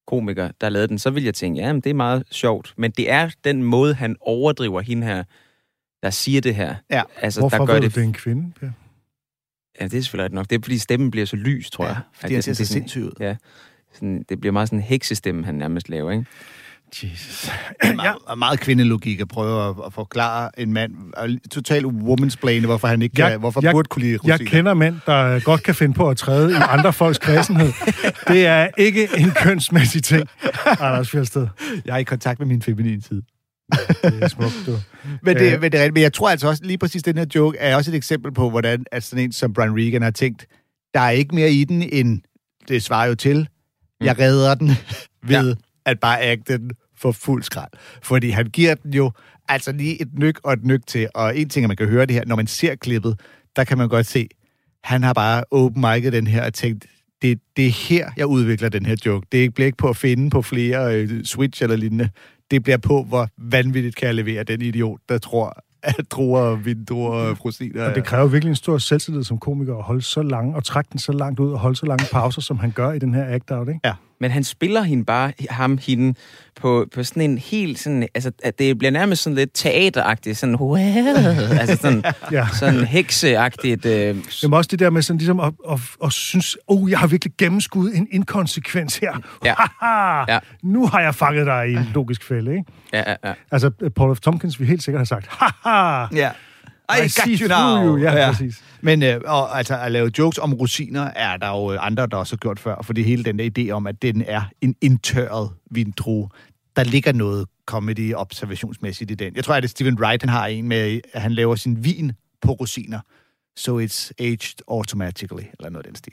komiker, der lavede den, så ville jeg tænke, ja, men det er meget sjovt. Men det er den måde, han overdriver hende her, der siger det her. Ja. Altså, Hvorfor der gør ved det... du, det er en kvinde, Per? Ja, det er selvfølgelig nok. Det er, fordi stemmen bliver så lys, tror Ja, jeg. fordi at han det, ser så det er sådan- sindssyg ud. Ja. Sådan, det bliver meget sådan en heksestemme, han nærmest laver, ikke? Jesus. Ja. Og meget kvindelogik at prøve at, at forklare en mand, totalt womansplane, hvorfor han ikke Jeg- kan, hvorfor jeg- burde kunne lide Jeg rosiner. kender mænd, der godt kan finde på at træde i andre folks kredsenhed. Det er ikke en kønsmæssig ting, Anders Fjeldsted. Jeg er i kontakt med min feminine side. Det er smukt, du. Men det, Øh. men det er rigtigt. Men jeg tror altså også, lige præcis den her joke, er også et eksempel på, hvordan at sådan en som Brian Regan har tænkt, der er ikke mere i den, end det svarer jo til, jeg redder den ved ja. at bare agte den for fuld skrald. Fordi han giver den jo altså lige et nyk og et nyk til, og en ting, at man kan høre det her, når man ser klippet, der kan man godt se, han har bare open mic'et den her og tænkt, det, det er her, jeg udvikler den her joke. Det bliver ikke på at finde på flere øh, switch eller lignende. Det bliver på, hvor vanvittigt kan jeg levere den idiot, der tror, at druer, vindruer og rosiner. Og det kræver virkelig en stor selvtillid som komiker at holde så lange, og trække den så langt ud, og holde så lange pauser, som han gør i den her act-out, ikke? Ja. Men han spiller hende bare, ham, hende, på, på sådan en helt sådan, altså, at det bliver nærmest sådan lidt teateragtigt, sådan, wow, altså sådan, Ja. sådan hekseagtigt. Øh, Jamen også det der med sådan ligesom at, at, at synes, oh, jeg har virkelig gennemskuddet en inkonsekvens her. Ja. Haha, Ja. nu har jeg fanget dig i en logisk fælde, ikke? ja, ja, ja. Altså, Paul F. Tompkins vil helt sikkert have sagt, haha, Ja. I, I got see you through now. you. Ja, ja. Præcis. Men øh, og, altså, at lave jokes om rosiner, er der jo andre, der også har gjort før, fordi hele den der idé om, at den er en indtørret vindrue, der ligger noget comedy observationsmæssigt i den. Jeg tror, at Stephen Wright, han har en med, at han laver sin vin på rosiner, so it's aged automatically, eller noget af den stil.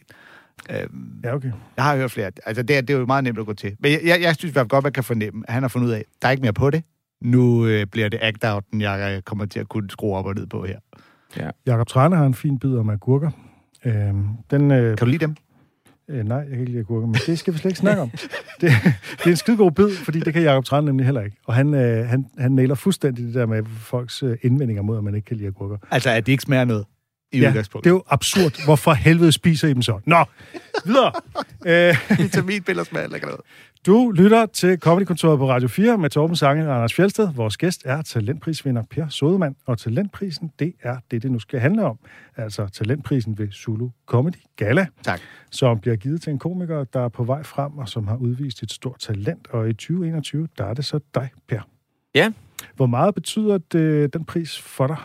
Øhm, Ja, okay. jeg har hørt flere. Altså, det er, det er jo meget nemt at gå til. Men jeg, jeg, jeg synes i hvert fald godt, man kan fornemme, at han har fundet ud af, at der er ikke mere på det. Nu øh, bliver det act-outen, jeg øh, kommer til at kunne skrue op og ned på her. Jakob Trane har en fin bid om agurker. Øhm, den, øh, Kan du lide dem? øh, nej, jeg kan ikke lide agurker, men det skal vi slet ikke snakke om. Det, det er en skidegod bid, fordi det kan Jakob Trane nemlig heller ikke. Og han, øh, han, han nailer fuldstændig det der med folks øh, indvendinger mod, at man ikke kan lide agurker. Altså, at de ikke smager noget i Ja, udgangspunktet. det er jo absurd. Hvorfor helvede spiser I dem så? Nå, videre. Øh, Vitaminpiller smager eller noget. Du lytter til Comedykontoret på Radio fire med Torben Sange og Anders Fjeldsted. Vores gæst er talentprisvinder Per Sodemann, og talentprisen, det er det, det nu skal handle om. Altså talentprisen ved Zulu Comedy Gala, Tak. som bliver givet til en komiker, der er på vej frem og som har udvist et stort talent. Og i tyve enogtyve, der er det så dig, Per. Ja. Hvor meget betyder det, den pris for dig?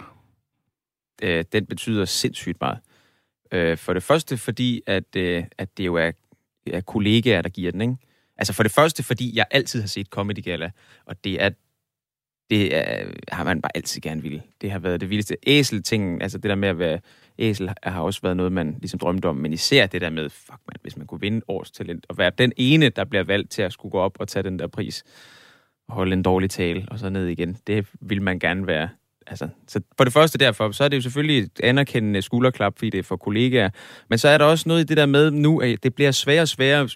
Øh, den betyder sindssygt meget. Øh, for det første, fordi at, øh, at det jo er, er kollegaer, der giver den, ikke? Altså for det første, fordi jeg altid har set Comedy Gala, og det er det er, har man bare altid gerne ville. Det har været det vildeste. Æsel-tingen, altså det der med at være æsel, har også været noget, man ligesom drømte om, men især det der med, fuck man, hvis man kunne vinde års talent, og være den ene, der bliver valgt til at skulle gå op og tage den der pris, og holde en dårlig tale, og så ned igen, det vil man gerne være. Altså, så for det første derfor, så er det jo selvfølgelig et anerkendende skulderklap, fordi det er for kollegaer, men så er der også noget i det der med nu, at det bliver sværere og sværere,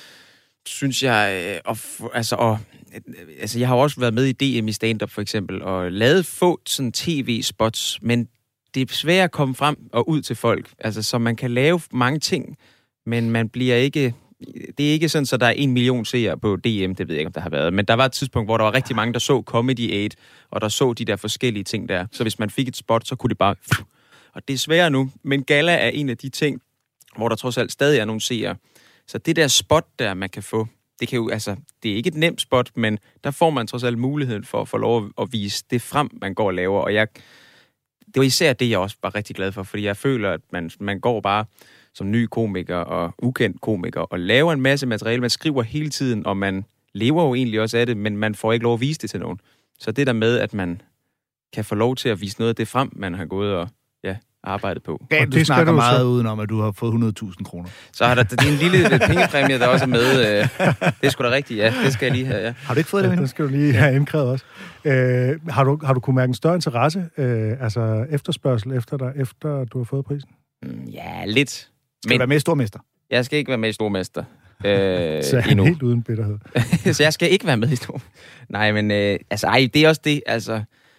synes jeg, og, altså, og, altså, jeg har også været med i D M i stand-up for eksempel, og lavet få sådan tv-spots, men det er svært at komme frem og ud til folk, altså, så man kan lave mange ting, men man bliver ikke, det er ikke sådan, så der er en million seere på D M, det ved jeg ikke, om der har været, men der var et tidspunkt, hvor der var rigtig mange, der så Comedy Aid, og der så de der forskellige ting der, så hvis man fik et spot, så kunne det bare, og det er sværere nu, men Gala er en af de ting, hvor der trods alt stadig er nogle seere. Så det der spot der, man kan få, det kan jo, altså, det er ikke et nemt spot, men der får man trods alt muligheden for at få lov at vise det frem, man går og laver. Og jeg, det var især det, jeg også var rigtig glad for, fordi jeg føler, at man, man går bare som ny komiker og ukendt komiker og laver en masse materiale. Man skriver hele tiden, og man lever jo egentlig også af det, men man får ikke lov at vise det til nogen. Så det der med, at man kan få lov til at vise noget af det frem, man har gået og ja, arbejdet på. Ja, Og du det skal snakker du meget så- udenom, at du har fået hundrede tusind kroner. Så har der, det er en lille pengepræmie, der også er med. Øh, det er sgu da rigtigt, ja. Det skal jeg lige have, ja. Har du ikke fået det Ja, endnu? det skal du lige have indkrævet også. Øh, har, du, har du kunnet mærke en større interesse, øh, altså efterspørgsel efter dig, efter du har fået prisen? Mm, ja, lidt. Skal du være med i Stormester? Jeg skal ikke være med i Stormester. Øh, Så er han endnu. helt uden bitterhed. Så jeg skal ikke være med i Stormester. Nej, men øh, altså, ej, det er også det, altså...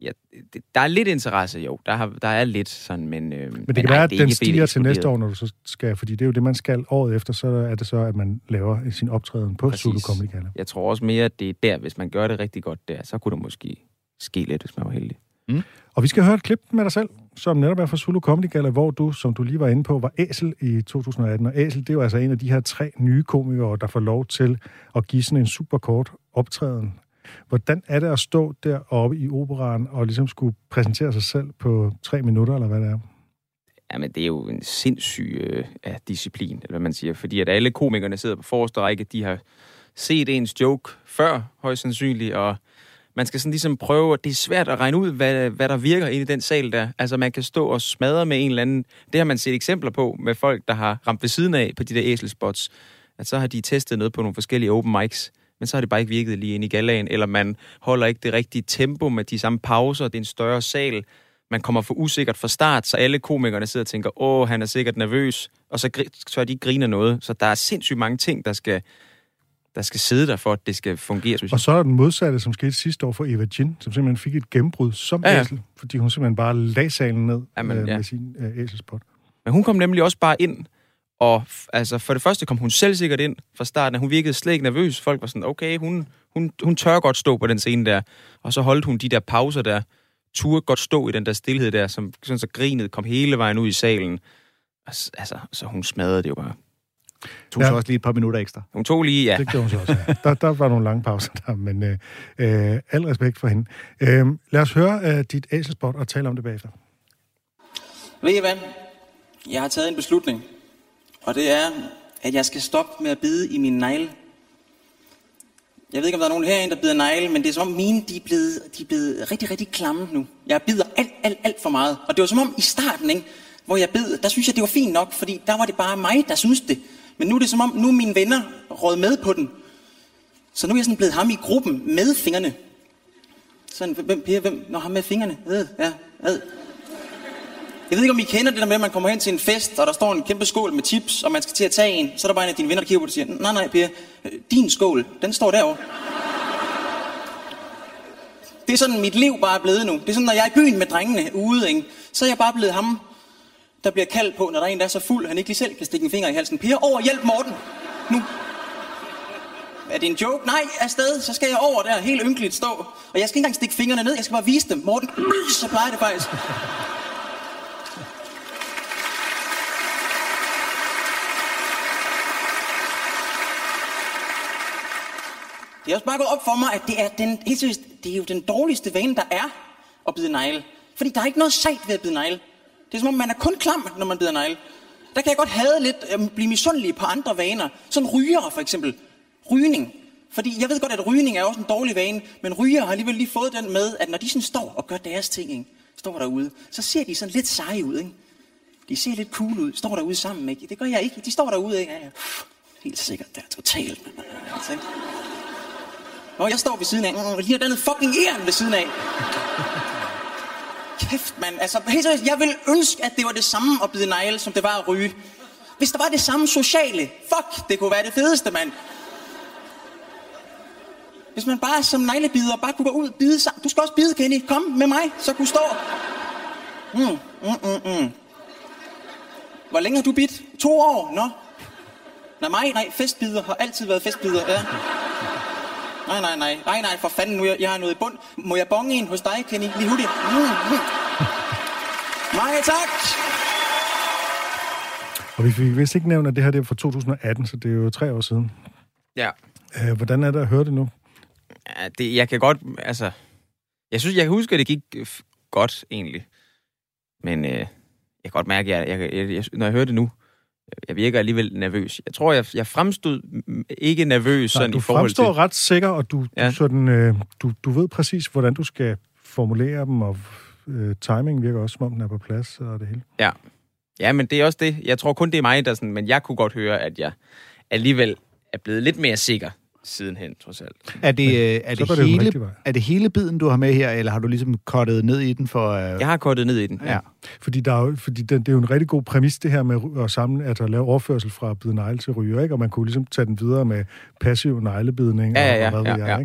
ja, det, der er lidt interesse, jo. Der, har, der er lidt sådan, men... Øh, men det kan nej, være, at det den ikke, stiger til næste år, når du så skal... Fordi det er jo det, man skal året efter, så er det så, at man laver sin optræden på Zulu Comedy Galla. Jeg tror også mere, at det er der, hvis man gør det rigtig godt der, så kunne der måske ske lidt, hvis man var heldig. Mm. Og vi skal høre et klip med dig selv, som netop er fra Zulu Comedy Galla, hvor du, som du lige var inde på, var Æsel i to tusind atten. Og Æsel, det er jo altså en af de her tre nye komikere, der får lov til at give sådan en super kort optræden. Hvordan er det at stå deroppe i operaen og ligesom skulle præsentere sig selv på tre minutter, eller hvad det er? Jamen, det er jo en sindssyg øh, ja, disciplin, eller hvad man siger. Fordi at alle komikerne sidder på forreste række, de har set ens joke før, højst sandsynligt, og man skal sådan ligesom prøve, det er svært at regne ud, hvad, hvad der virker inde i den sal der. Altså, man kan stå og smadre med en eller anden... Det har man set eksempler på med folk, der har ramt ved siden af på de der æselspots. At så har de testet noget på nogle forskellige open mics, men så har det bare ikke virket lige ind i gallaen, eller man holder ikke det rigtige tempo med de samme pauser, det er en større sal. Man kommer for usikkert fra start, så alle komikerne sidder og tænker, åh, han er sikkert nervøs, og så tør de ikke grine noget. Så der er sindssygt mange ting, der skal... der skal sidde der for, at det skal fungere, synes jeg. Og så er der den modsatte, som skete sidste år for Eva Jin, som simpelthen fik et gennembrud som ja, ja. æsel, fordi hun simpelthen bare lagde salen ned Jamen, øh, ja. med sin øh, æselspot. Men hun kom nemlig også bare ind, og altså, for det første kom hun selvsikkert ind fra starten, hun virkede slet ikke nervøs. Folk var sådan, okay, hun, hun, hun tør godt stå på den scene der, og så holdt hun de der pauser der, turde godt stå i den der stilhed der, som sådan så grinet kom hele vejen ud i salen. Altså, så hun smadrede det jo bare. Tog ja. så også lige et par minutter ekstra. Hun tog lige, ja. Det gjorde hun så også, ja. Der, der var nogle lange pauser der, men øh, øh, al respekt for hende. Øh, lad os høre øh, dit æselspot og tale om det bagefter. Ved I hvad? Jeg har taget en beslutning, og det er, at jeg skal stoppe med at bide i mine negle. Jeg ved ikke, om der er nogen herinde, der bider negle, men det er som om mine, de er blevet, de er blevet rigtig, rigtig klamme nu. Jeg bider alt, alt, alt for meget. Og det var som om i starten, ikke, hvor jeg bed, der synes jeg, det var fint nok, fordi der var det bare mig, der synes det. Men nu er det som om, nu er mine venner råd med på den. Så nu er jeg sådan blevet ham i gruppen med fingrene. Sådan, hvem, Per, hvem? Nå, ham med fingrene. Øh, ja, ad. Jeg ved ikke, om I kender det der med, at man kommer hen til en fest, og der står en kæmpe skål med chips, og man skal til at tage en. Så er der bare en af dine venner, der kigger på det og siger, nej, nej, Per, din skål, den står derovre. Det er sådan, mit liv bare er blevet nu. Det er sådan, når jeg er i byen med drengene ude, ikke? Så er jeg bare blevet ham, der bliver kaldt på, når der er en, der er så fuld, han ikke lige selv kan stikke en finger i halsen. Per, over, hjælp Morten. Nu. Er det en joke? Nej, afsted. Så skal jeg over der, helt ynkeligt stå. Og jeg skal ikke engang stikke fingrene ned, jeg skal bare vise dem. Morten, så plejer det faktisk. Det er også bare gået op for mig, at det er, den, helt seriøst, det er jo den dårligste vane, der er at bide negle. Fordi der er ikke noget sejt ved at bide negle. Det er som om, man er kun klam, når man bider negle. Der kan jeg godt have lidt, øh, blive misundelig på andre vaner. Sådan rygere for eksempel. Rygning. Fordi jeg ved godt, at rygning er også en dårlig vane, men rygere har alligevel lige fået den med, at når de sådan står og gør deres ting, ikke, står derude, så ser de sådan lidt seje ud, ikke? De ser lidt cool ud, står derude sammen, ikke? Det gør jeg ikke. De står derude, ikke? Ja, ja. Helt sikkert, der er totalt. Nå, jeg står ved siden af. Lige har dannet fucking æren ved siden af. Kæft, mand. Altså, helt seriøst, jeg ville ønske, at det var det samme at bide negle, som det var at ryge. Hvis der var det samme sociale. Fuck, det kunne være det fedeste, mand. Hvis man bare som neglebider bare kunne gå ud og bide sammen. Du skal også bide, Kenny. Kom med mig, så kunne stå. Mm, mm, mm, mm. Hvor længe har du bidt? To år? Nå. Nej, mig, nej, festbider har altid været festbider, ja. Nej, nej, nej. Nej, nej, for fanden nu. Jeg, jeg har noget i bund. Må jeg bonge en hos dig, Kenny? Lige hurtigt. Mm, mm. Mange tak. Og vi fik vist ikke nævnt, at det her det er fra to tusind atten, så det er jo tre år siden. Ja. Øh, hvordan er det at høre det nu? Ja, det, jeg kan godt, altså... Jeg synes, jeg kan huske, at det gik godt, egentlig. Men øh, jeg kan godt mærke, at jeg, jeg, jeg, når jeg hører det nu, jeg virker alligevel nervøs. Jeg tror, jeg, jeg fremstod ikke nervøs. Nej, sådan du i forhold fremstår til... ret sikker, og du, ja. du, sådan, øh, du, du ved præcis, hvordan du skal formulere dem, og øh, timing virker også, som om den er på plads, og det hele. Ja. Ja, men det er også det. Jeg tror kun, det er mig, der sådan... Men jeg kunne godt høre, at jeg alligevel er blevet lidt mere sikker sidenhen, trods alt. Er det, øh, er, det det hele, er det hele biden, du har med her, eller har du ligesom kottet ned i den for... Øh... Jeg har kottet ned i den, ja. ja. Fordi, der er jo, fordi det, det er jo en rigtig god præmis, det her med at samle, at lave overførsel fra at bide negle til ryger, ikke? Og man kunne ligesom tage den videre med passiv neglebidning, ja, ja, ja, og, og hvad ja, ved ja. jeg, ikke?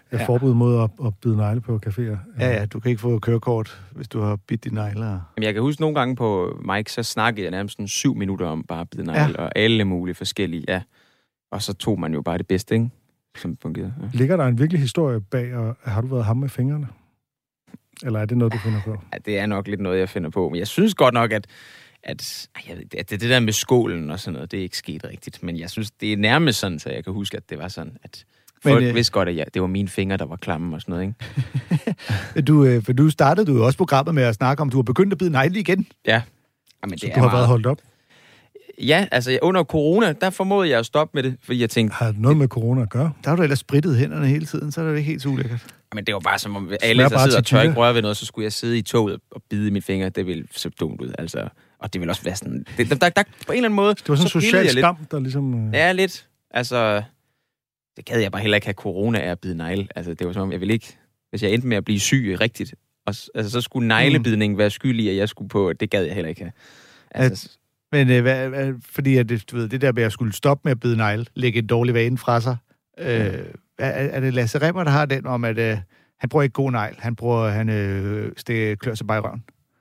ja. forbud mod at, at bide negle på caféer. Ja, ja, du kan ikke få kørekort, hvis du har bidt dine negler. Jamen, jeg kan huske nogle gange på Mike, så snakkede jeg nærmest sådan syv minutter om bare at bide negle, ja. og alle mulige forskellige, ja. Og så tog man jo bare det bedste, ikke? Som fungerede. Ja. Ligger der en virkelig historie bag, og har du været ham med fingrene? Eller er det noget, du finder på? Ja, det er nok lidt noget, jeg finder på. Men jeg synes godt nok, at, at, at det, det der med skålen og sådan noget, det er ikke sket rigtigt. Men jeg synes, det er nærmest sådan, så jeg kan huske, at det var sådan, at folk Men, øh... vidste godt, at jeg, det var mine fingre, der var klamme og sådan noget, ikke? du, øh, for du startede jo også programmet med at snakke om, at du har begyndt at bide negle igen. Ja. Jamen, så det du er har meget... været holdt op? Ja, altså under corona, der formåede jeg at stoppe med det, fordi jeg tænkte... Har det noget med corona at gøre? Der har du ellers sprittet hænderne hele tiden, så er det jo ikke helt så ulækkert. Men det var bare som om alle, der sidder og tør ikke røre ved noget, så skulle jeg sidde i toget og bide i mine fingre. Det ville se dumt ud, altså. Og det ville også være sådan... Det, der, der, der, på en eller anden måde... Det var sådan en social skam, der ligesom... Ja, lidt. Altså... Det gad jeg bare heller ikke have corona af at bide negle. Altså, det var som om, jeg ville ikke... Hvis jeg endte med at blive syg rigtigt, og, altså, så skulle neglebidning være skyld i, at jeg skulle på... Det gad jeg heller ikke have. Altså... At, Men øh, hvad, hvad, fordi at, du ved, det der med at skulle stoppe med at bide negle, lægge en dårlig vane fra sig, øh, er, er det Lasse Rimmer, der har den om, at øh, han bruger ikke god negl, han bruger, han øh, stikker, klør sig bare i røven?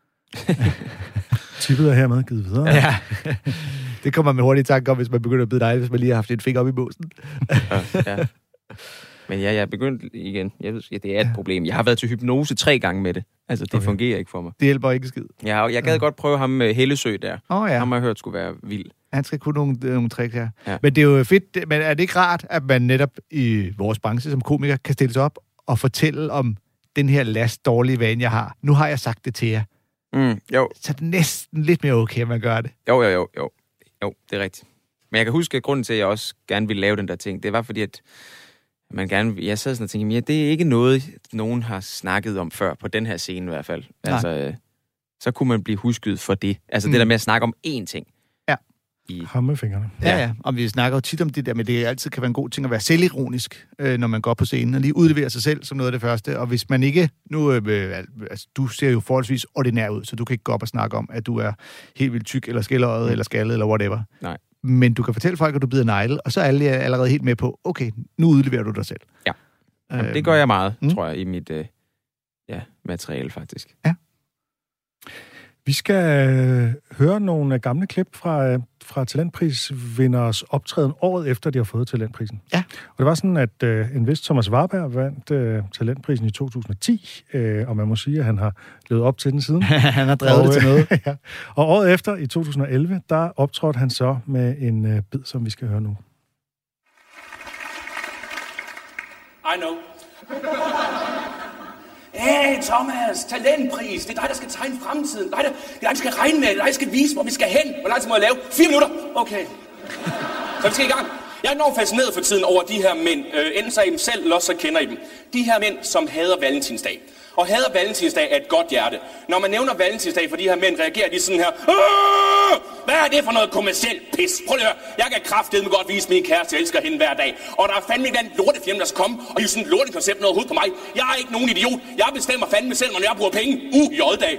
Tippet er hermed givet videre. Ja, det kommer man hurtigt i tanke om, hvis man begynder at bide negle, hvis man lige har haft en finger op i måsen. Ja. Men ja, jeg er begyndt igen. Jeg ved, ja, det er et problem. Jeg har været til hypnose tre gange med det. Altså, det okay. fungerer ikke for mig. Det hjælper ikke skid. Ja, jeg gad ja. godt prøve ham med Hellesø der. Oh, ja. Ham har jeg hørt skulle være vild. Han skal kunne nogle, nogle tricks her. Ja. Men det er jo fedt. Men er det ikke rart, at man netop i vores branche som komiker kan stille sig op og fortælle om den her last dårlige vane, jeg har. Nu har jeg sagt det til jer. Mm, jo. Så er det næsten lidt mere okay, at man gør det. Jo, jo, jo, jo. Jo, det er rigtigt. Men jeg kan huske, at grunden til, at jeg også gerne ville lave den der ting, det var fordi, at man gerne, jeg sad sådan og tænkte, ja, det er ikke noget, nogen har snakket om før, på den her scene i hvert fald. Nej. Altså, øh, så kunne man blive husket for det. Altså mm. det der med at snakke om én ting. Ja. I... Ham med fingrene. Ja, ja. Og vi snakker jo tit om det der med, det altid kan være en god ting at være selvironisk, øh, når man går på scenen, og lige udlevere sig selv som noget af det første. Og hvis man ikke, nu, øh, altså, du ser jo forholdsvis ordinær ud, så du kan ikke gå op og snakke om, at du er helt vildt tyk, eller skælderøjet, mm. eller skaldet, eller whatever. Nej. Men du kan fortælle folk, at du bider negle, og så er alle allerede helt med på, okay, nu udleverer du dig selv. Ja, Jamen, det gør jeg meget, mm. tror jeg, i mit øh, ja, materiale faktisk. Ja. Vi skal øh, høre nogle gamle klip fra, øh, fra Talentprisvinders optræden året efter, de har fået Talentprisen. Ja. Og det var sådan, at øh, en vis Thomas Warberg vandt øh, Talentprisen i to tusind og ti, øh, og man må sige, at han har levet op til den siden. Han har drevet og, det til noget. ja. Og året efter, i to tusind og elleve, der optrådte han så med en øh, bid, som vi skal høre nu. I know. Hey Thomas, talentpris. Det er dig, der skal tegne fremtiden. Det er dig, der, det er dig, der skal regne med. Det er dig, der skal vise, hvor vi skal hen. Hvor lang tid må jeg lave? Fire minutter? Okay. Så vi skal i gang. Jeg er enormt fascineret for tiden over de her mænd. Øh, enten så er I dem selv, eller så kender I dem. De her mænd, som hader Valentinsdag. Og hader Valentinsdag er et godt hjerte. Når man nævner Valentinsdag for de her mænd, reagerer de sådan her. Åh! Hvad er det for noget kommercielt pis? Prøv lige at høre. Jeg kan kraftedeme godt vise min kæreste, jeg elsker hende hver dag. Og der er fandme ikke den lortefirma, der skal komme og hive sådan et lortekoncept noget overhovedet på mig. Jeg er ikke nogen idiot. Jeg bestemmer fandme selv, når jeg bruger penge. Uh, i J-dag.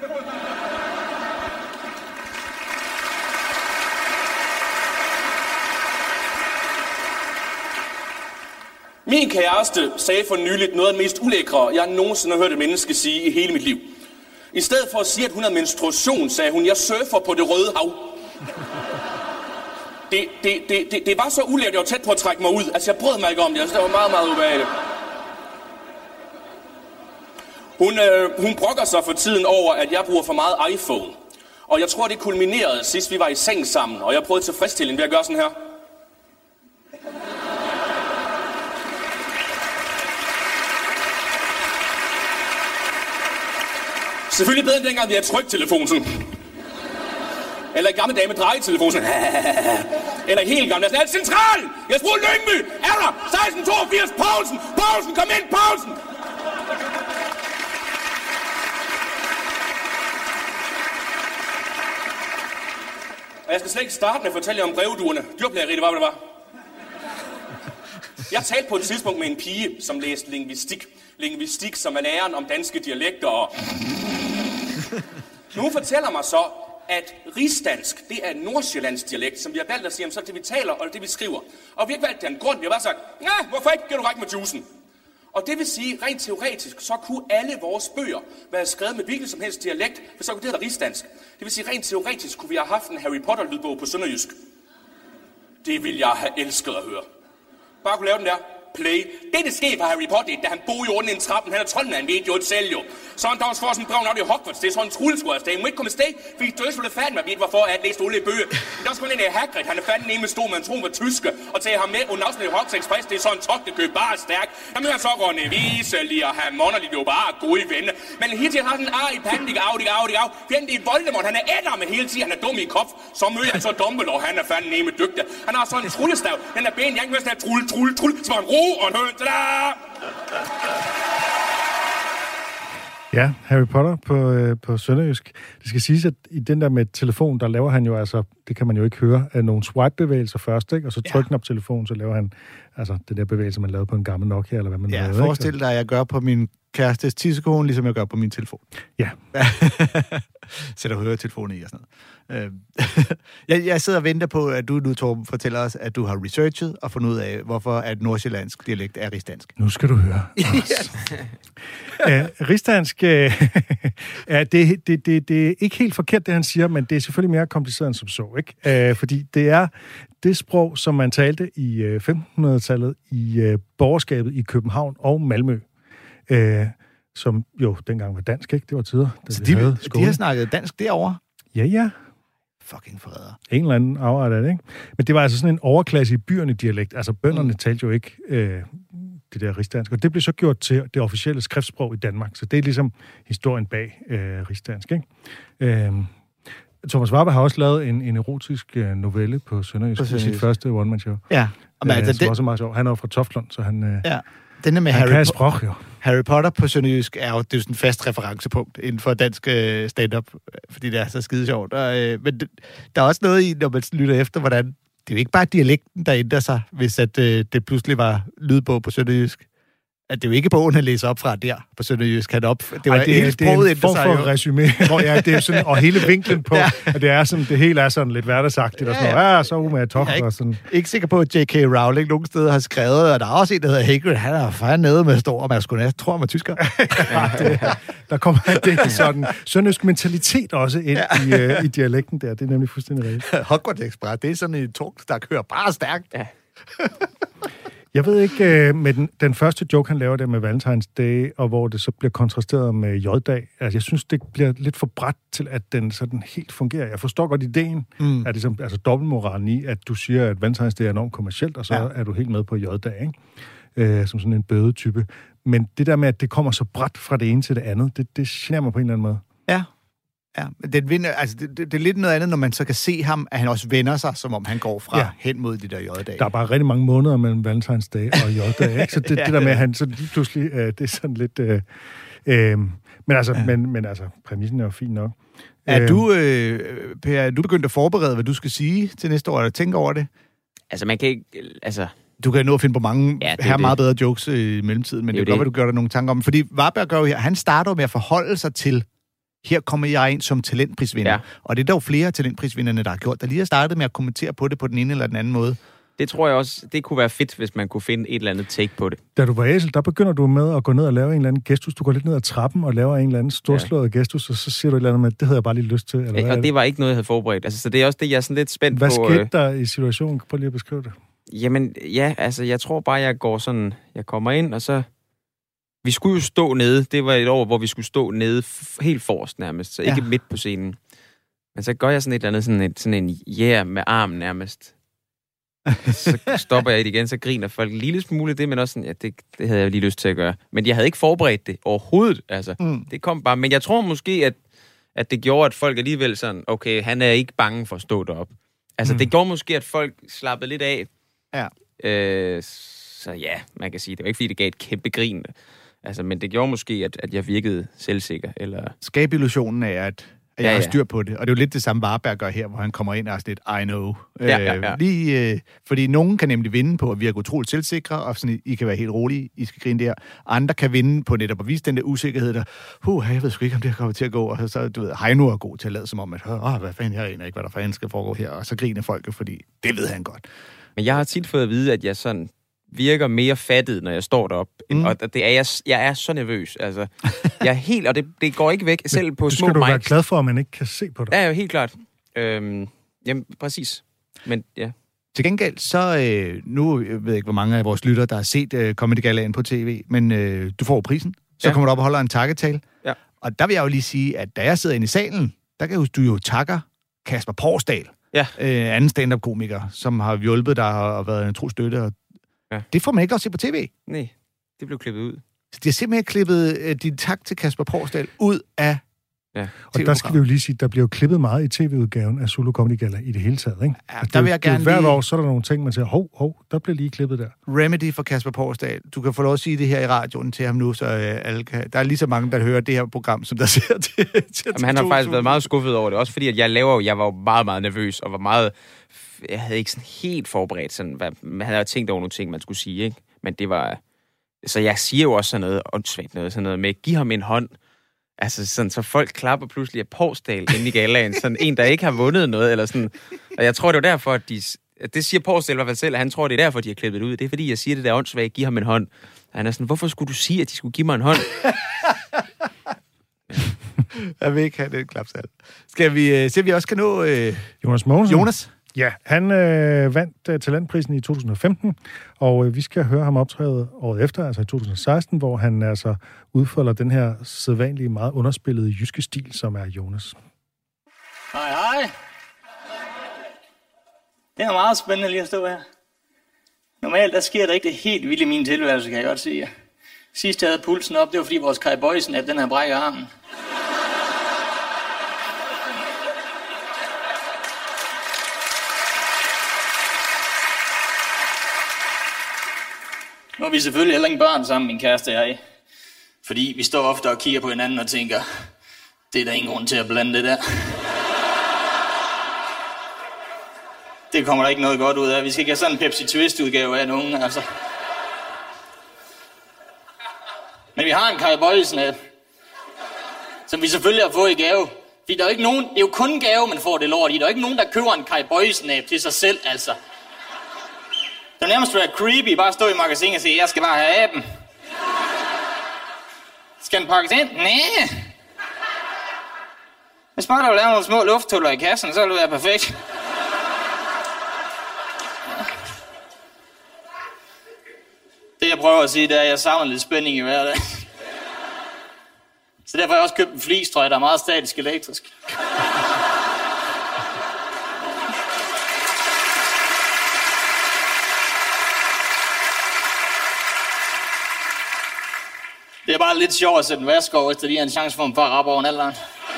Min kæreste sagde for nyligt noget af det mest ulækre, jeg nogensinde har hørt et menneske sige i hele mit liv. I stedet for at sige, at hun havde menstruation, sagde hun, jeg surfer på det røde hav. Det, det, det, det, det var så ulækkert, jeg var tæt på at trække mig ud. Altså, jeg brød mig ikke om det. Altså, det var meget, meget ubehageligt. Hun, øh, hun brokker sig for tiden over, at jeg bruger for meget iPhone. Og jeg tror, det kulminerede sidst, vi var i seng sammen. Og jeg prøvede tilfredsstillende ved at gøre sådan her. Selvfølgelig bedre end dengang, vi havde tryktelefonen sådan. Eller i gamle dage med drejetelefon sådan. Eller helt gamle. Sådan, central! Jeg spurgte Lyngby! Er der? seksten toogfirs! Poulsen! Poulsen! Kom ind! Poulsen! Og jeg skal slet ikke starte med at fortælle jer om brevduerne. Dyrplageri, det var, hvad det var. Jeg talte på et tidspunkt med en pige, som læste lingvistik. Lingvistik, som er læren om danske dialekter og... Nu fortæller mig så, at rigsdansk, det er en nordsjællands dialekt, som vi har valgt at sige, så det vi taler og det vi skriver. Og vi har ikke valgt det af en grund, vi har bare sagt, nej, hvorfor ikke, kan du række med juicen? Og det vil sige, rent teoretisk, så kunne alle vores bøger være skrevet med hvilken som helst dialekt, for så kunne det hedde rigsdansk. Det vil sige, rent teoretisk kunne vi have haft en Harry Potter-lydbog på sønderjysk. Det ville jeg have elsket at høre. Bare kunne lave den der. Play. Det, der skete for Harry Potter, da han boede i orden i en trappen, han er troldmand, ved jo et selv jo. Så han dog får sådan en brev, når det er Hogwarts, det er sådan en trulleskud afsted. Han må ikke komme afsted, fordi dødsfuldet fanden med, hvorfor at læse Ole i bøger. Men der er sådan en af Hagrid, han er fanden nede med stol, med en tro med tyske, og tager ham med under afsnit i Hogwarts Express, det er sådan en tog, det køber bare stærk. Der møder han så går Nevise, lige og han måneder, de er jo bare gode venner. Men hele tiden har sådan en ar i panden, de gav, de gav, de gav. Fjenden det er Voldemort, han er ænder med hele tiden, han er dum i kop. Så møder han så Dumbledore, han er fanden nede med dygtig. Han har sådan en trullestav, den er ben, jeg kan sådan trulle, trulle, trulle, så en ro og en høn. Ja, Harry Potter på, øh, på sønderjysk. Det skal siges, at i den der med telefon, der laver han jo altså, det kan man jo ikke høre, af nogle swipe-bevægelser først, ikke? Og så trykker ja. op telefonen, så laver han altså den der bevægelse, man lavede på en gammel Nokia, eller hvad man ja, lavede. Ja, forestil dig, at jeg gør på min kærestes tissekone, ligesom jeg gør på min telefon. Ja. Sætter høretelefonen i og sådan noget. jeg, jeg sidder og venter på, at du nu, Torben, fortæller os, at du har researchet og fundet ud af, hvorfor at nordsjællandsk dialekt er rigsdansk. Nu skal du høre. uh, rigsdansk, uh, ja, det, det, det, det er ikke helt forkert, det han siger, men det er selvfølgelig mere kompliceret end som så, ikke? Uh, fordi det er det sprog, som man talte i uh, femten hundrede-tallet i uh, borgerskabet i København og Malmø. Uh, som jo dengang var dansk, ikke? Det var tider. Så de, de har snakket dansk derovre? Ja, ja. Fucking forræder. En eller anden afret af det, ikke? Men det var altså sådan en overklasse i byerne dialekt. Altså bønderne mm. talte jo ikke øh, det der rigsdansk. Og det blev så gjort til det officielle skriftsprog i Danmark. Så det er ligesom historien bag øh, rigsdansk, ikke? Øh, Thomas Warberg har også lavet en, en erotisk øh, novelle på sønderjysk. På sit første one-man-show. Ja. Og øh, altså, det var også meget sjovt. Han er jo fra Toftlund, så han... Øh, ja. Den er med han Harry, kan sprog, jo. Harry Potter på sønderjysk er jo, det er jo sådan en fast referencepunkt inden for dansk øh, stand-up, fordi det er så skide sjovt. Og, øh, men det, der er også noget i, når man lytter efter, hvordan... Det er jo ikke bare dialekten, der ændrer sig, hvis at, øh, det pludselig var lydbog på sønderjysk. At det er jo ikke bogen, han læser op fra der på sønderjysk. Han op. Det var Ej, det, hele sproget ændrer sig jo. Det er en form for resumé, hvor ja, det er sådan, og hele vinklen på, ja. At det er sådan, det hele er sådan lidt hverdagsagtigt, og sådan noget, ja, så umage tofter og sådan. Ikke sikker på, at J K. Rowling nogle steder har skrevet, og der er også en, der hedder Hagrid, han er fandme nede med stor, og man skulle næsten tror, han var tysker. Ja, det, der kommer det sådan sønderjysk mentalitet også ind ja. i, uh, i dialekten der. Det er nemlig fuldstændig rigtigt. Hogwarts Express, det er sådan en tog, der kører bare stærkt. Ja. Jeg ved ikke, med den, den første joke, han laver der med Valentine's Day, og hvor det så bliver kontrasteret med J-dag, altså jeg synes, det bliver lidt for bræt til, at den sådan helt fungerer. Jeg forstår godt ideen, mm. at det som, altså dobbeltmoralen i, at du siger, at Valentine's Day er enormt kommercielt, og så ja. er du helt med på J-dag, ikke? Øh, som sådan en bødetype. Men det der med, at det kommer så bræt fra det ene til det andet, det, det generer mig på en eller anden måde. Ja. Ja, det, vinder, altså det, det, det er lidt noget andet, når man så kan se ham, at han også vender sig, som om han går fra ja. hen mod de der J-dage. Der er bare rigtig mange måneder mellem Valentine's Day og J-dag, ikke? Så det, ja, det der med, at han så lige pludselig, øh, det er sådan lidt... Øh, øh, men, altså, ja. men, men altså, præmissen er jo fin nok. Er du, øh, Per, er du begyndt at forberede, hvad du skal sige til næste år, eller tænke over det? Altså, man kan ikke... Altså... Du kan nå at finde på mange ja, her meget bedre jokes i mellemtiden, men det, det er godt, at du gør dig nogle tanker om. Fordi Warberg gør jo her, han starter med at forholde sig til, her kommer jeg ind som talentprisvinder. Ja. Og det er dog flere talentprisvinderne, der har gjort, der lige har startet med at kommentere på det på den ene eller den anden måde. Det tror jeg også, det kunne være fedt, hvis man kunne finde et eller andet take på det. Da du var æsel, der begynder du med at gå ned og lave en eller anden gestus. Du går lidt ned ad trappen og laver en eller anden storslået ja. gestus, og så siger du et eller andet med, det havde jeg bare lige lyst til. Eller ja, og det var ikke noget, jeg havde forberedt. Altså, så det er også det, jeg er sådan lidt spændt Hvad på. Hvad skete der i situationen? Prøv lige at beskrive det. Jamen, ja, altså, jeg tror bare, jeg går sådan, jeg kommer ind, og så... Vi skulle jo stå nede. Det var et år, hvor vi skulle stå nede f- helt forrest nærmest, så ikke ja. midt på scenen. Men så gør jeg sådan et eller andet, sådan, et, sådan en yeah med armen nærmest. Så stopper jeg det igen, så griner folk en lille smule det, men også sådan, ja, det, det havde jeg lige lyst til at gøre. Men jeg havde ikke forberedt det overhovedet, altså. Mm. Det kom bare. Men jeg tror måske, at, at det gjorde, at folk alligevel sådan, okay, han er ikke bange for at stå deroppe. Altså, mm. det gjorde måske, at folk slappede lidt af. Ja. Øh, så ja, man kan sige, det var ikke, fordi det gav et kæmpe grin. Altså, men det gjorde måske, at, at jeg virkede selvsikker. Eller... Skab illusionen af, at, at jeg ja, ja. har styr på det. Og det er jo lidt det samme, Warberg gør her, hvor han kommer ind og er sådan lidt, I know. Ja, ja, ja. Øh, lige, øh, fordi nogen kan nemlig vinde på at virke utroligt selvsikre, og sådan, I kan være helt rolige, I skal grine der. Andre kan vinde på netop at vise den der usikkerhed, der, huh, jeg ved sgu ikke, om det her kommer til at gå. Og så, du ved, Heino er god til at lade som om, at, åh, hvad fanden, jeg aner ikke, hvad der fanden skal foregå her. Og så griner folk, fordi det ved han godt. Men jeg har tit fået at vide, at jeg sådan virker mere fattet, når jeg står deroppe. Mm. Og det er jeg, jeg er så nervøs. Altså, jeg er helt, og det, det går ikke væk, selv på du små skal du mics. være glad for, at man ikke kan se på dig. Ja, jo, helt klart. Øhm, jamen, præcis. Men ja. Til gengæld, så øh, nu jeg ved jeg ikke, hvor mange af vores lyttere, der har set øh, Comedy Galaen på tv, men øh, du får prisen. Så ja. kommer du op og holder en takketale. Ja. Og der vil jeg jo lige sige, at da jeg sidder inde i salen, der kan du jo takker Kasper Porsdal, ja. øh, anden stand-up-komiker, som har hjulpet dig og været en tro støtte. Og ja. Det får man ikke også se på tv. Nej, det blev klippet ud. Så de har simpelthen klippet øh, din tak til Kasper Porsdal ud af ja. Og der skal vi jo lige sige, der bliver jo klippet meget i tv-udgaven af Zulu Comedy Gala i det hele taget, ikke? Ja, der vil jeg det, gerne det hvert lige... år, så er der nogle ting, man siger, hov, hov, der bliver lige klippet der. Remedy for Kasper Porsdal. Du kan få lov at sige det her i radioen til ham nu, så øh, alle kan... Der er lige så mange, der hører det her program, som der ser til... til Jamen, han har faktisk været meget skuffet over det, også fordi, at jeg laver jeg var jo meget, meget nervøs, og var meget... Jeg havde ikke sådan helt forberedt, sådan, hvad, man havde tænkt over nogle ting, man skulle sige, ikke? Men det var... Så jeg siger jo også sådan noget åndssvagt noget, sådan noget med, giv ham en hånd. Altså sådan, så folk klapper pludselig af Porsdal inde i galaen. Sådan en, der ikke har vundet noget, eller sådan. Og jeg tror, det var derfor, at de... Det siger Porsdal i hvert fald selv, at han tror, det er derfor, de har klippet ud. Det er fordi, jeg siger det der åndssvagt, giv ham en hånd. Og han er sådan, hvorfor skulle du sige, at de skulle give mig en hånd? Jeg vil ikke have det klapsal. Skal vi se, vi også kan nå... Øh... Jonas Mogensen. Jonas? Ja, han øh, vandt uh, Talentprisen i to tusind og femten, og øh, vi skal høre ham optræde året efter, altså i to tusind og seksten, hvor han altså udfolder den her sædvanlige, meget underspillede jyske stil, som er Jonas. Hej, hej. Det er meget spændende lige at stå her. Normalt, der sker der ikke det helt vildt i min tilværelse, kan jeg godt sige. Sidst jeg havde pulsen op, det var fordi vores Kai Boysen, at den her brækker armen. Nu er vi selvfølgelig heller ikke børn sammen, min kæreste og jeg. Fordi vi står ofte og kigger på hinanden og tænker, det er der ingen grund til at blande det der. Det kommer der ikke noget godt ud af. Vi skal ikke have sådan en Pepsi Twist-udgave af nogen, altså. Men vi har en Kai Boysen-app, som vi selvfølgelig har fået i gave. Fordi der er jo ikke nogen, det er jo kun en gave, man får det lort i. Der er jo ikke nogen, der køber en Kai Boysen-app til sig selv, altså. Det er nærmest være creepy, bare stå i magasinet og sige, jeg skal bare have appen. Skal den pakkes ind? Næh. Hvis bare der laver nogle små lufthuller i kassen, så vil det være perfekt. Det jeg prøver at sige, det er, at jeg savner lidt spænding i hverdagen. Så derfor har jeg også købt en flistrøje, der er meget statisk elektrisk. Det er bare lidt sjovt at sætte en vask over, efter de har en chance for en par rap over en alderen.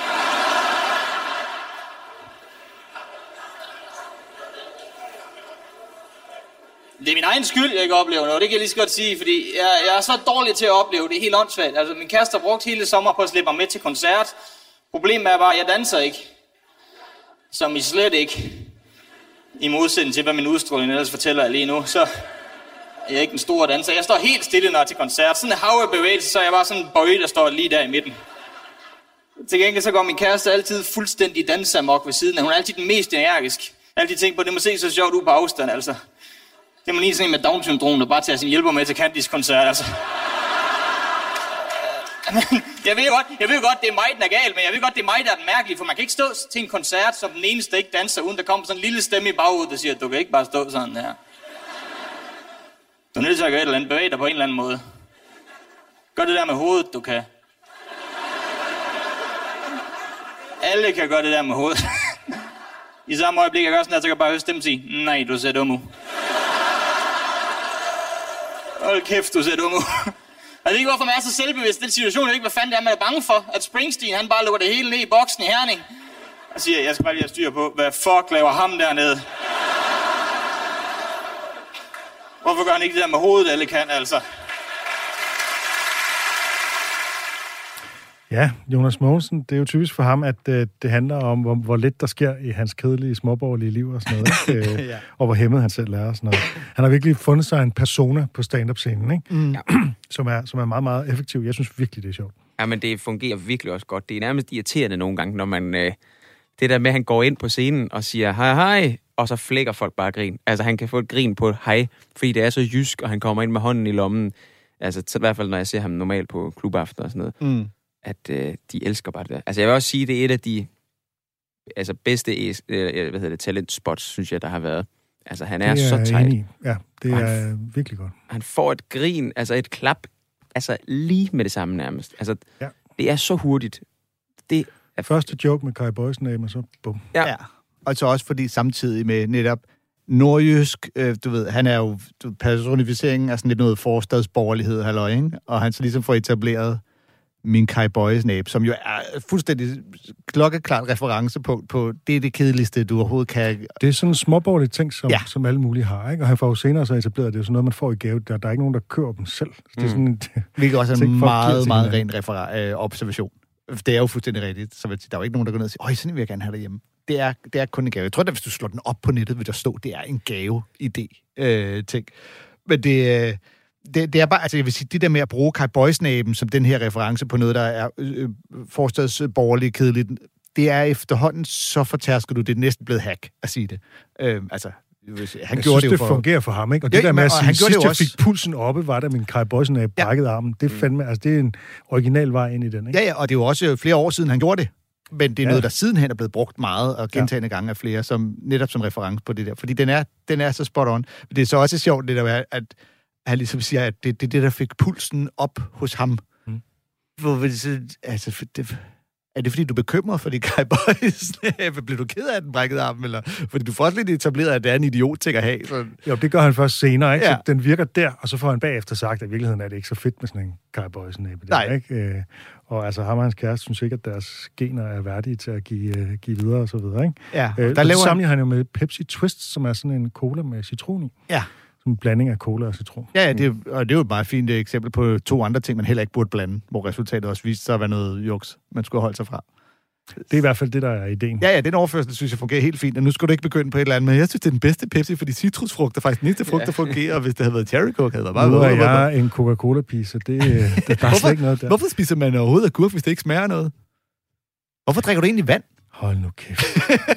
Det er min egen skyld, jeg ikke oplever noget. Det kan jeg lige så godt sige, fordi jeg, jeg er så dårlig til at opleve det. Helt åndssvagt. Altså, min kæreste har brugt hele sommer på at slippe mig med til koncert. Problemet er bare, at jeg danser ikke. Som I slet ikke. I modsætning til, hvad min udstråling ellers fortæller lige nu, så... Jeg er ikke en stor danser. Jeg står helt stille, når jeg er til koncert. Sådan en hav af bevægelse, så er jeg bare sådan en bøje, der står lige der i midten. Til gengæld så går min kæreste altid fuldstændig dansamok ved siden af. Hun er altid den mest energisk. Jeg har altid tænkt på, at det må se så sjovt ud på afstand, altså. Det må lige sådan en med Down-syndrom, der bare tager sin hjælper med til Candice-koncert, altså. Jeg ved godt, jeg ved godt, det er mig, den er gal, men jeg ved godt, det er mig, der er den mærkelige, for man kan ikke stå til en koncert, som den eneste, der ikke danser, uden der kommer sådan en lille stemme i baghovedet, der siger, at du kan ikke bare stå sådan her. Du er nødt til at gøre et eller andet, bevæge dig på en eller anden måde. Gør det der med hovedet, du kan. Alle kan gøre det der med hovedet. I samme øjeblik, jeg gør sådan her, så kan jeg bare høre stemmen sige, nej, du ser dum ud. Hold kæft, du ser dum ud. Jeg ved ikke, hvorfor man er så selvbevidst i den situation. Jeg ved ikke, hvad fanden det er, man er bange for. At Springsteen, han bare lukker det hele ned i boksen i Herning. Og siger, jeg skal bare lige have styr på, hvad fuck laver ham dernede? Hvorfor gør han ikke det der med hovedet, alle kan, altså? Ja, Jonas Mogensen, det er jo typisk for ham, at øh, det handler om, hvor, hvor lidt der sker i hans kedelige, småborgerlige liv og sådan noget, ikke? ja. Og hvor hæmmet han selv er og sådan noget. Han har virkelig fundet sig en persona på stand-up-scenen, ikke? Mm. som, er, som er meget, meget effektiv. Jeg synes virkelig, det er sjovt. Ja, men det fungerer virkelig også godt. Det er nærmest irriterende nogle gange, når man... Øh, det der med, at han går ind på scenen og siger, hej, hej, og så flækker folk bare grin. Altså, han kan få et grin på et hej, fordi det er så jysk, og han kommer ind med hånden i lommen. Altså, i hvert fald, når jeg ser ham normalt på klubaften og sådan noget, mm. at øh, de elsker bare det der. Altså, jeg vil også sige, det er et af de altså, bedste øh, hvad hedder det, talentspots, synes jeg, der har været. Altså, han er, er så tight. Ja, det er han, virkelig godt. Han får et grin, altså et klap, altså lige med det samme nærmest. Altså, ja. Det er så hurtigt. Det er... Første joke med Kai Boysen, og så bum. Ja. ja. Og så også fordi samtidig med netop nordjysk, øh, du ved, han er jo personificeringen af sådan lidt noget forstadsborgerlighed, halløj, ikke? Og han så ligesom får etableret min Kai Boysen, som jo er fuldstændig klokkeklart referencepunkt på, det er det kedeligste, du overhovedet kan... Det er sådan en småborgerlig ting, som, ja. som alle mulige har, ikke? Og han får jo senere så etableret, det er jo sådan noget, man får i gave. Der, der er ikke nogen, der kører dem selv. Det er sådan en, hvilket også er en meget, meget ren refer- øh, observation. Det er jo fuldstændig rigtigt. Så der er jo ikke nogen, der går ned og siger, øj, sådan vil jeg gerne have derhjemme. Det er, det er kun en gave. Jeg tror, at hvis du slår den op på nettet, vil der stå, det er en gave-idé øh, ting. Men det... Øh, Det, det er bare, altså jeg vil sige, det der med at bruge Kai Boysen som den her reference på noget, der er øh, forstadsborgerligt kedeligt, det er efterhånden så fortærsket du, det er næsten blevet hack at sige det. Øh, altså, han jeg gjorde synes, det jo det for... fungerer for ham, ikke? Og det ja, der med at sige, sidst jeg også... fik pulsen oppe, var der min Kai Boysen af brækket ja. armen. Det er fandme, altså det er en original vej ind i den, ikke? Ja, ja, og det er jo også flere år siden, han gjorde det. Men det er ja. noget, der sidenhen er blevet brugt meget, og gentagne ja. gange af flere, som, netop som reference på det der. Fordi den er, den er så spot on. Det er så også sjovt, det der med, at han ligesom siger, at det er det, der fik pulsen op hos ham. Mm. Hvor, altså, det, er det fordi, du er bekymret for de Kai Boysen? Bliver du ked af den brækkede arm? Eller? Fordi du får også lidt etableret, at det er en idiot ting at have. Så... Jo, det gør han først senere, ikke? Ja. Så den virker der, og så får han bagefter sagt, at i virkeligheden er det ikke så fedt med sådan en Kai Boysen-næbe. Nej. Ikke? Og altså ham og hans kæreste synes ikke, at deres gener er værdige til at give, give videre og så videre, ikke? Ja. Øh, der laver sammenligner han jo med Pepsi Twist, som er sådan en cola med citron i. Ja. En blanding af cola og citron. Ja, ja det er, og det er jo et meget fint eksempel på to andre ting, man heller ikke burde blande, hvor resultatet også viste sig at være noget juks, man skulle holde sig fra. Det er i hvert fald det, der er ideen. Ja, ja, den overførsel, synes jeg, fungerer helt fint, og nu skulle du ikke begynde på et eller andet, men jeg synes, det er den bedste Pepsi, fordi citrusfrugt er faktisk den eneste frugt, ja. der fungerer, og hvis det havde været cherry coke, havde det bare været... Nu er jeg en Coca-Cola-pige, så det, det, der er slet ikke noget der. Hvorfor spiser man overhovedet agurk, hvis det ikke smager noget? Hvorfor drikker du egentlig vand? Hold nu kæft.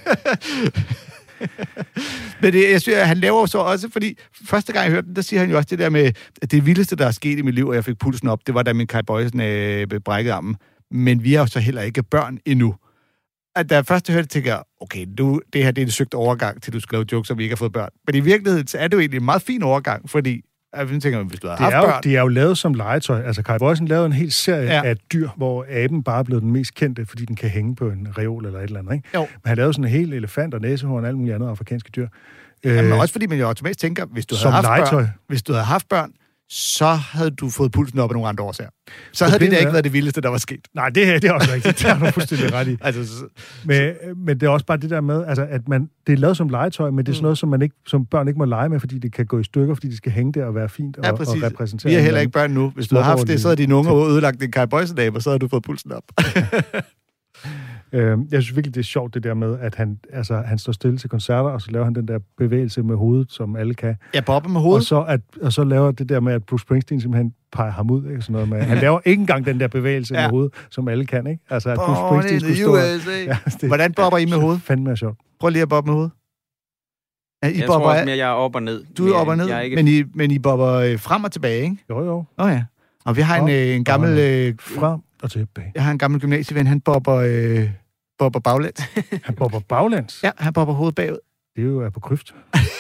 Men det, jeg synes, han laver jo så også, fordi første gang jeg hørte den, der siger han jo også det der med, at det vildeste, der er sket i mit liv, og jeg fik pulsen op, det var da min Kai Boysen øh, brækkede armen. Men vi er jo så heller ikke børn endnu. At da jeg først hørte det, tænkte jeg, okay, du, det her det er en søgt overgang til, du skal lave jokes, og vi ikke har fået børn. Men i virkeligheden, så er det jo egentlig en meget fin overgang, fordi jeg tænker, hvis du har haft børn... De er jo lavet som legetøj. Altså, Kai Boysen lavede en hel serie ja. af dyr, hvor aben bare er blevet den mest kendte, fordi den kan hænge på en reol eller et eller andet, ikke? Jo. Men han lavede sådan en hel elefant og næsehorn og alle mulige andre afrikanske dyr. Ja, men også fordi man jo automatisk tænker, hvis du havde haft legetøj. børn, hvis du havde haft børn, så havde du fået pulsen op af nogle andre årsager. Så havde det da ikke været det vildeste, der var sket. Nej, det, det er også rigtigt. Det har du fuldstændig ret i. altså, så, men, men det er også bare det der med, altså, at man, det er lavet som legetøj, men det er sådan noget, som, man ikke, som børn ikke må lege med, fordi det kan gå i stykker, fordi det skal hænge der og være fint og, ja, og repræsentere. Vi er heller ikke børn nu. Hvis du havde haft det, så havde dine unger ødelagt en Kai Boysen-abe, og så havde du fået pulsen op. Jeg synes virkelig, det er sjovt, det der med, at han, altså, han står stille til koncerter, og så laver han den der bevægelse med hovedet, som alle kan. Ja, bobber med hovedet. Og så, at, og så laver det der med, at Bruce Springsteen simpelthen peger ham ud. Ikke? Sådan noget med. Han laver ikke engang den der bevægelse ja. med hovedet, som alle kan. Ikke? Altså, at Bruce Springsteen skulle stå... Ja, det, Hvordan bobber I med hovedet? Fandme er sjovt. Prøv lige at bobbe med hovedet. Ja, I jeg bobber, tror også mere, jeg er op og ned. Du er op og ned, ikke... men, I, men I bobber øh, frem og tilbage, ikke? Jo, jo. Åh oh, ja. Og vi har en, øh, en gammel... Øh, frem og tilbage. Jeg har en gammel gymnasieven, han bobber... Øh, bobber baglæns. Han bobber baglæns? Ja, han bobber hovedet bagud. Det er jo er på kryft.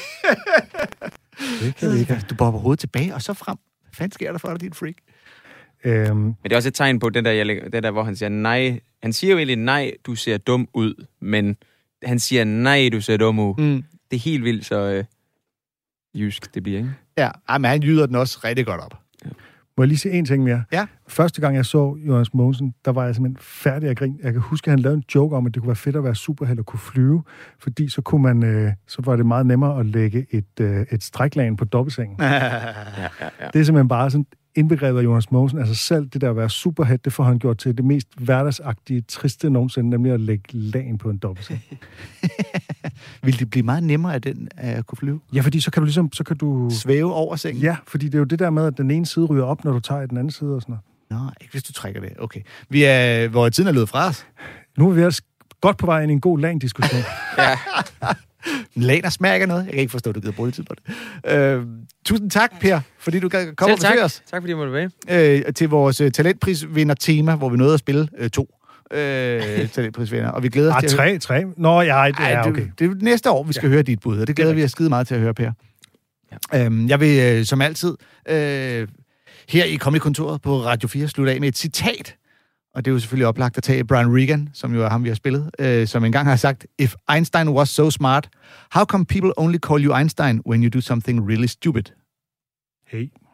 Det kan vi ikke. Du bobber hovedet tilbage, og så frem. Hvad fanden sker der for dig, din freak? Øhm. Men det er også et tegn på den der, jeg, den der, hvor han siger nej. Han siger jo egentlig, nej, du ser dum ud. Men han siger, nej, du ser dum ud. Mm. Det er helt vildt, så øh, jysk det bliver, ikke? Ja, men han jyder den også rigtig godt op. Ja. Må jeg lige se en ting mere? Ja. Første gang, jeg så Jonas Mogensen, der var jeg simpelthen færdig at grine. Jeg kan huske, at han lavede en joke om, at det kunne være fedt at være superheld og kunne flyve, fordi så kunne man, øh, så var det meget nemmere at lægge et, øh, et stræklagen på dobbeltsengen. ja, ja, ja. Det er simpelthen bare sådan indbegrebet af Jonas Mogensen. Altså selv det der at være superheld, det får han gjort til det mest hverdagsagtige, triste nogensinde, nemlig at lægge lagen på en dobbeltseng. Vil det blive meget nemmere af den at kunne flyve? Ja, fordi så kan du ligesom, så kan du... Svæve over sengen? Ja, fordi det er jo det der med, at den ene side ryger op, når du tager den anden side og sådan noget. Nå, ikke hvis du trækker det. Okay. Vi er, hvor tiden er løbet fra os. Nu er vi også godt på vej ind i en god lang diskussion. Ja. Laner smager ikke af noget. Jeg kan ikke forstå, at du gider bruge lidt tid på det. Øh, tusind tak, Per, fordi du kan komme og besøge os. Tak, fordi du måtte være. Øh, til vores uh, talentprisvinder-tema, hvor vi nåede at spille uh, to uh, talentprisvinder. Og vi glæder os ah, til tre, at tre. Nå, ja, det Ej, er okay. Det, det er næste år, vi skal ja. høre dit bud, og det glæder det vi os skide meget til at høre, Per. Ja. Øhm, jeg vil, øh, som altid, øh, her i Comedy-kontoret på Radio fire, slutte af med et citat. Og det er jo selvfølgelig oplagt at tage Brian Regan, som jo er ham, vi har spillet, øh, som engang har sagt, If Einstein was so smart, how come people only call you Einstein when you do something really stupid? Hey.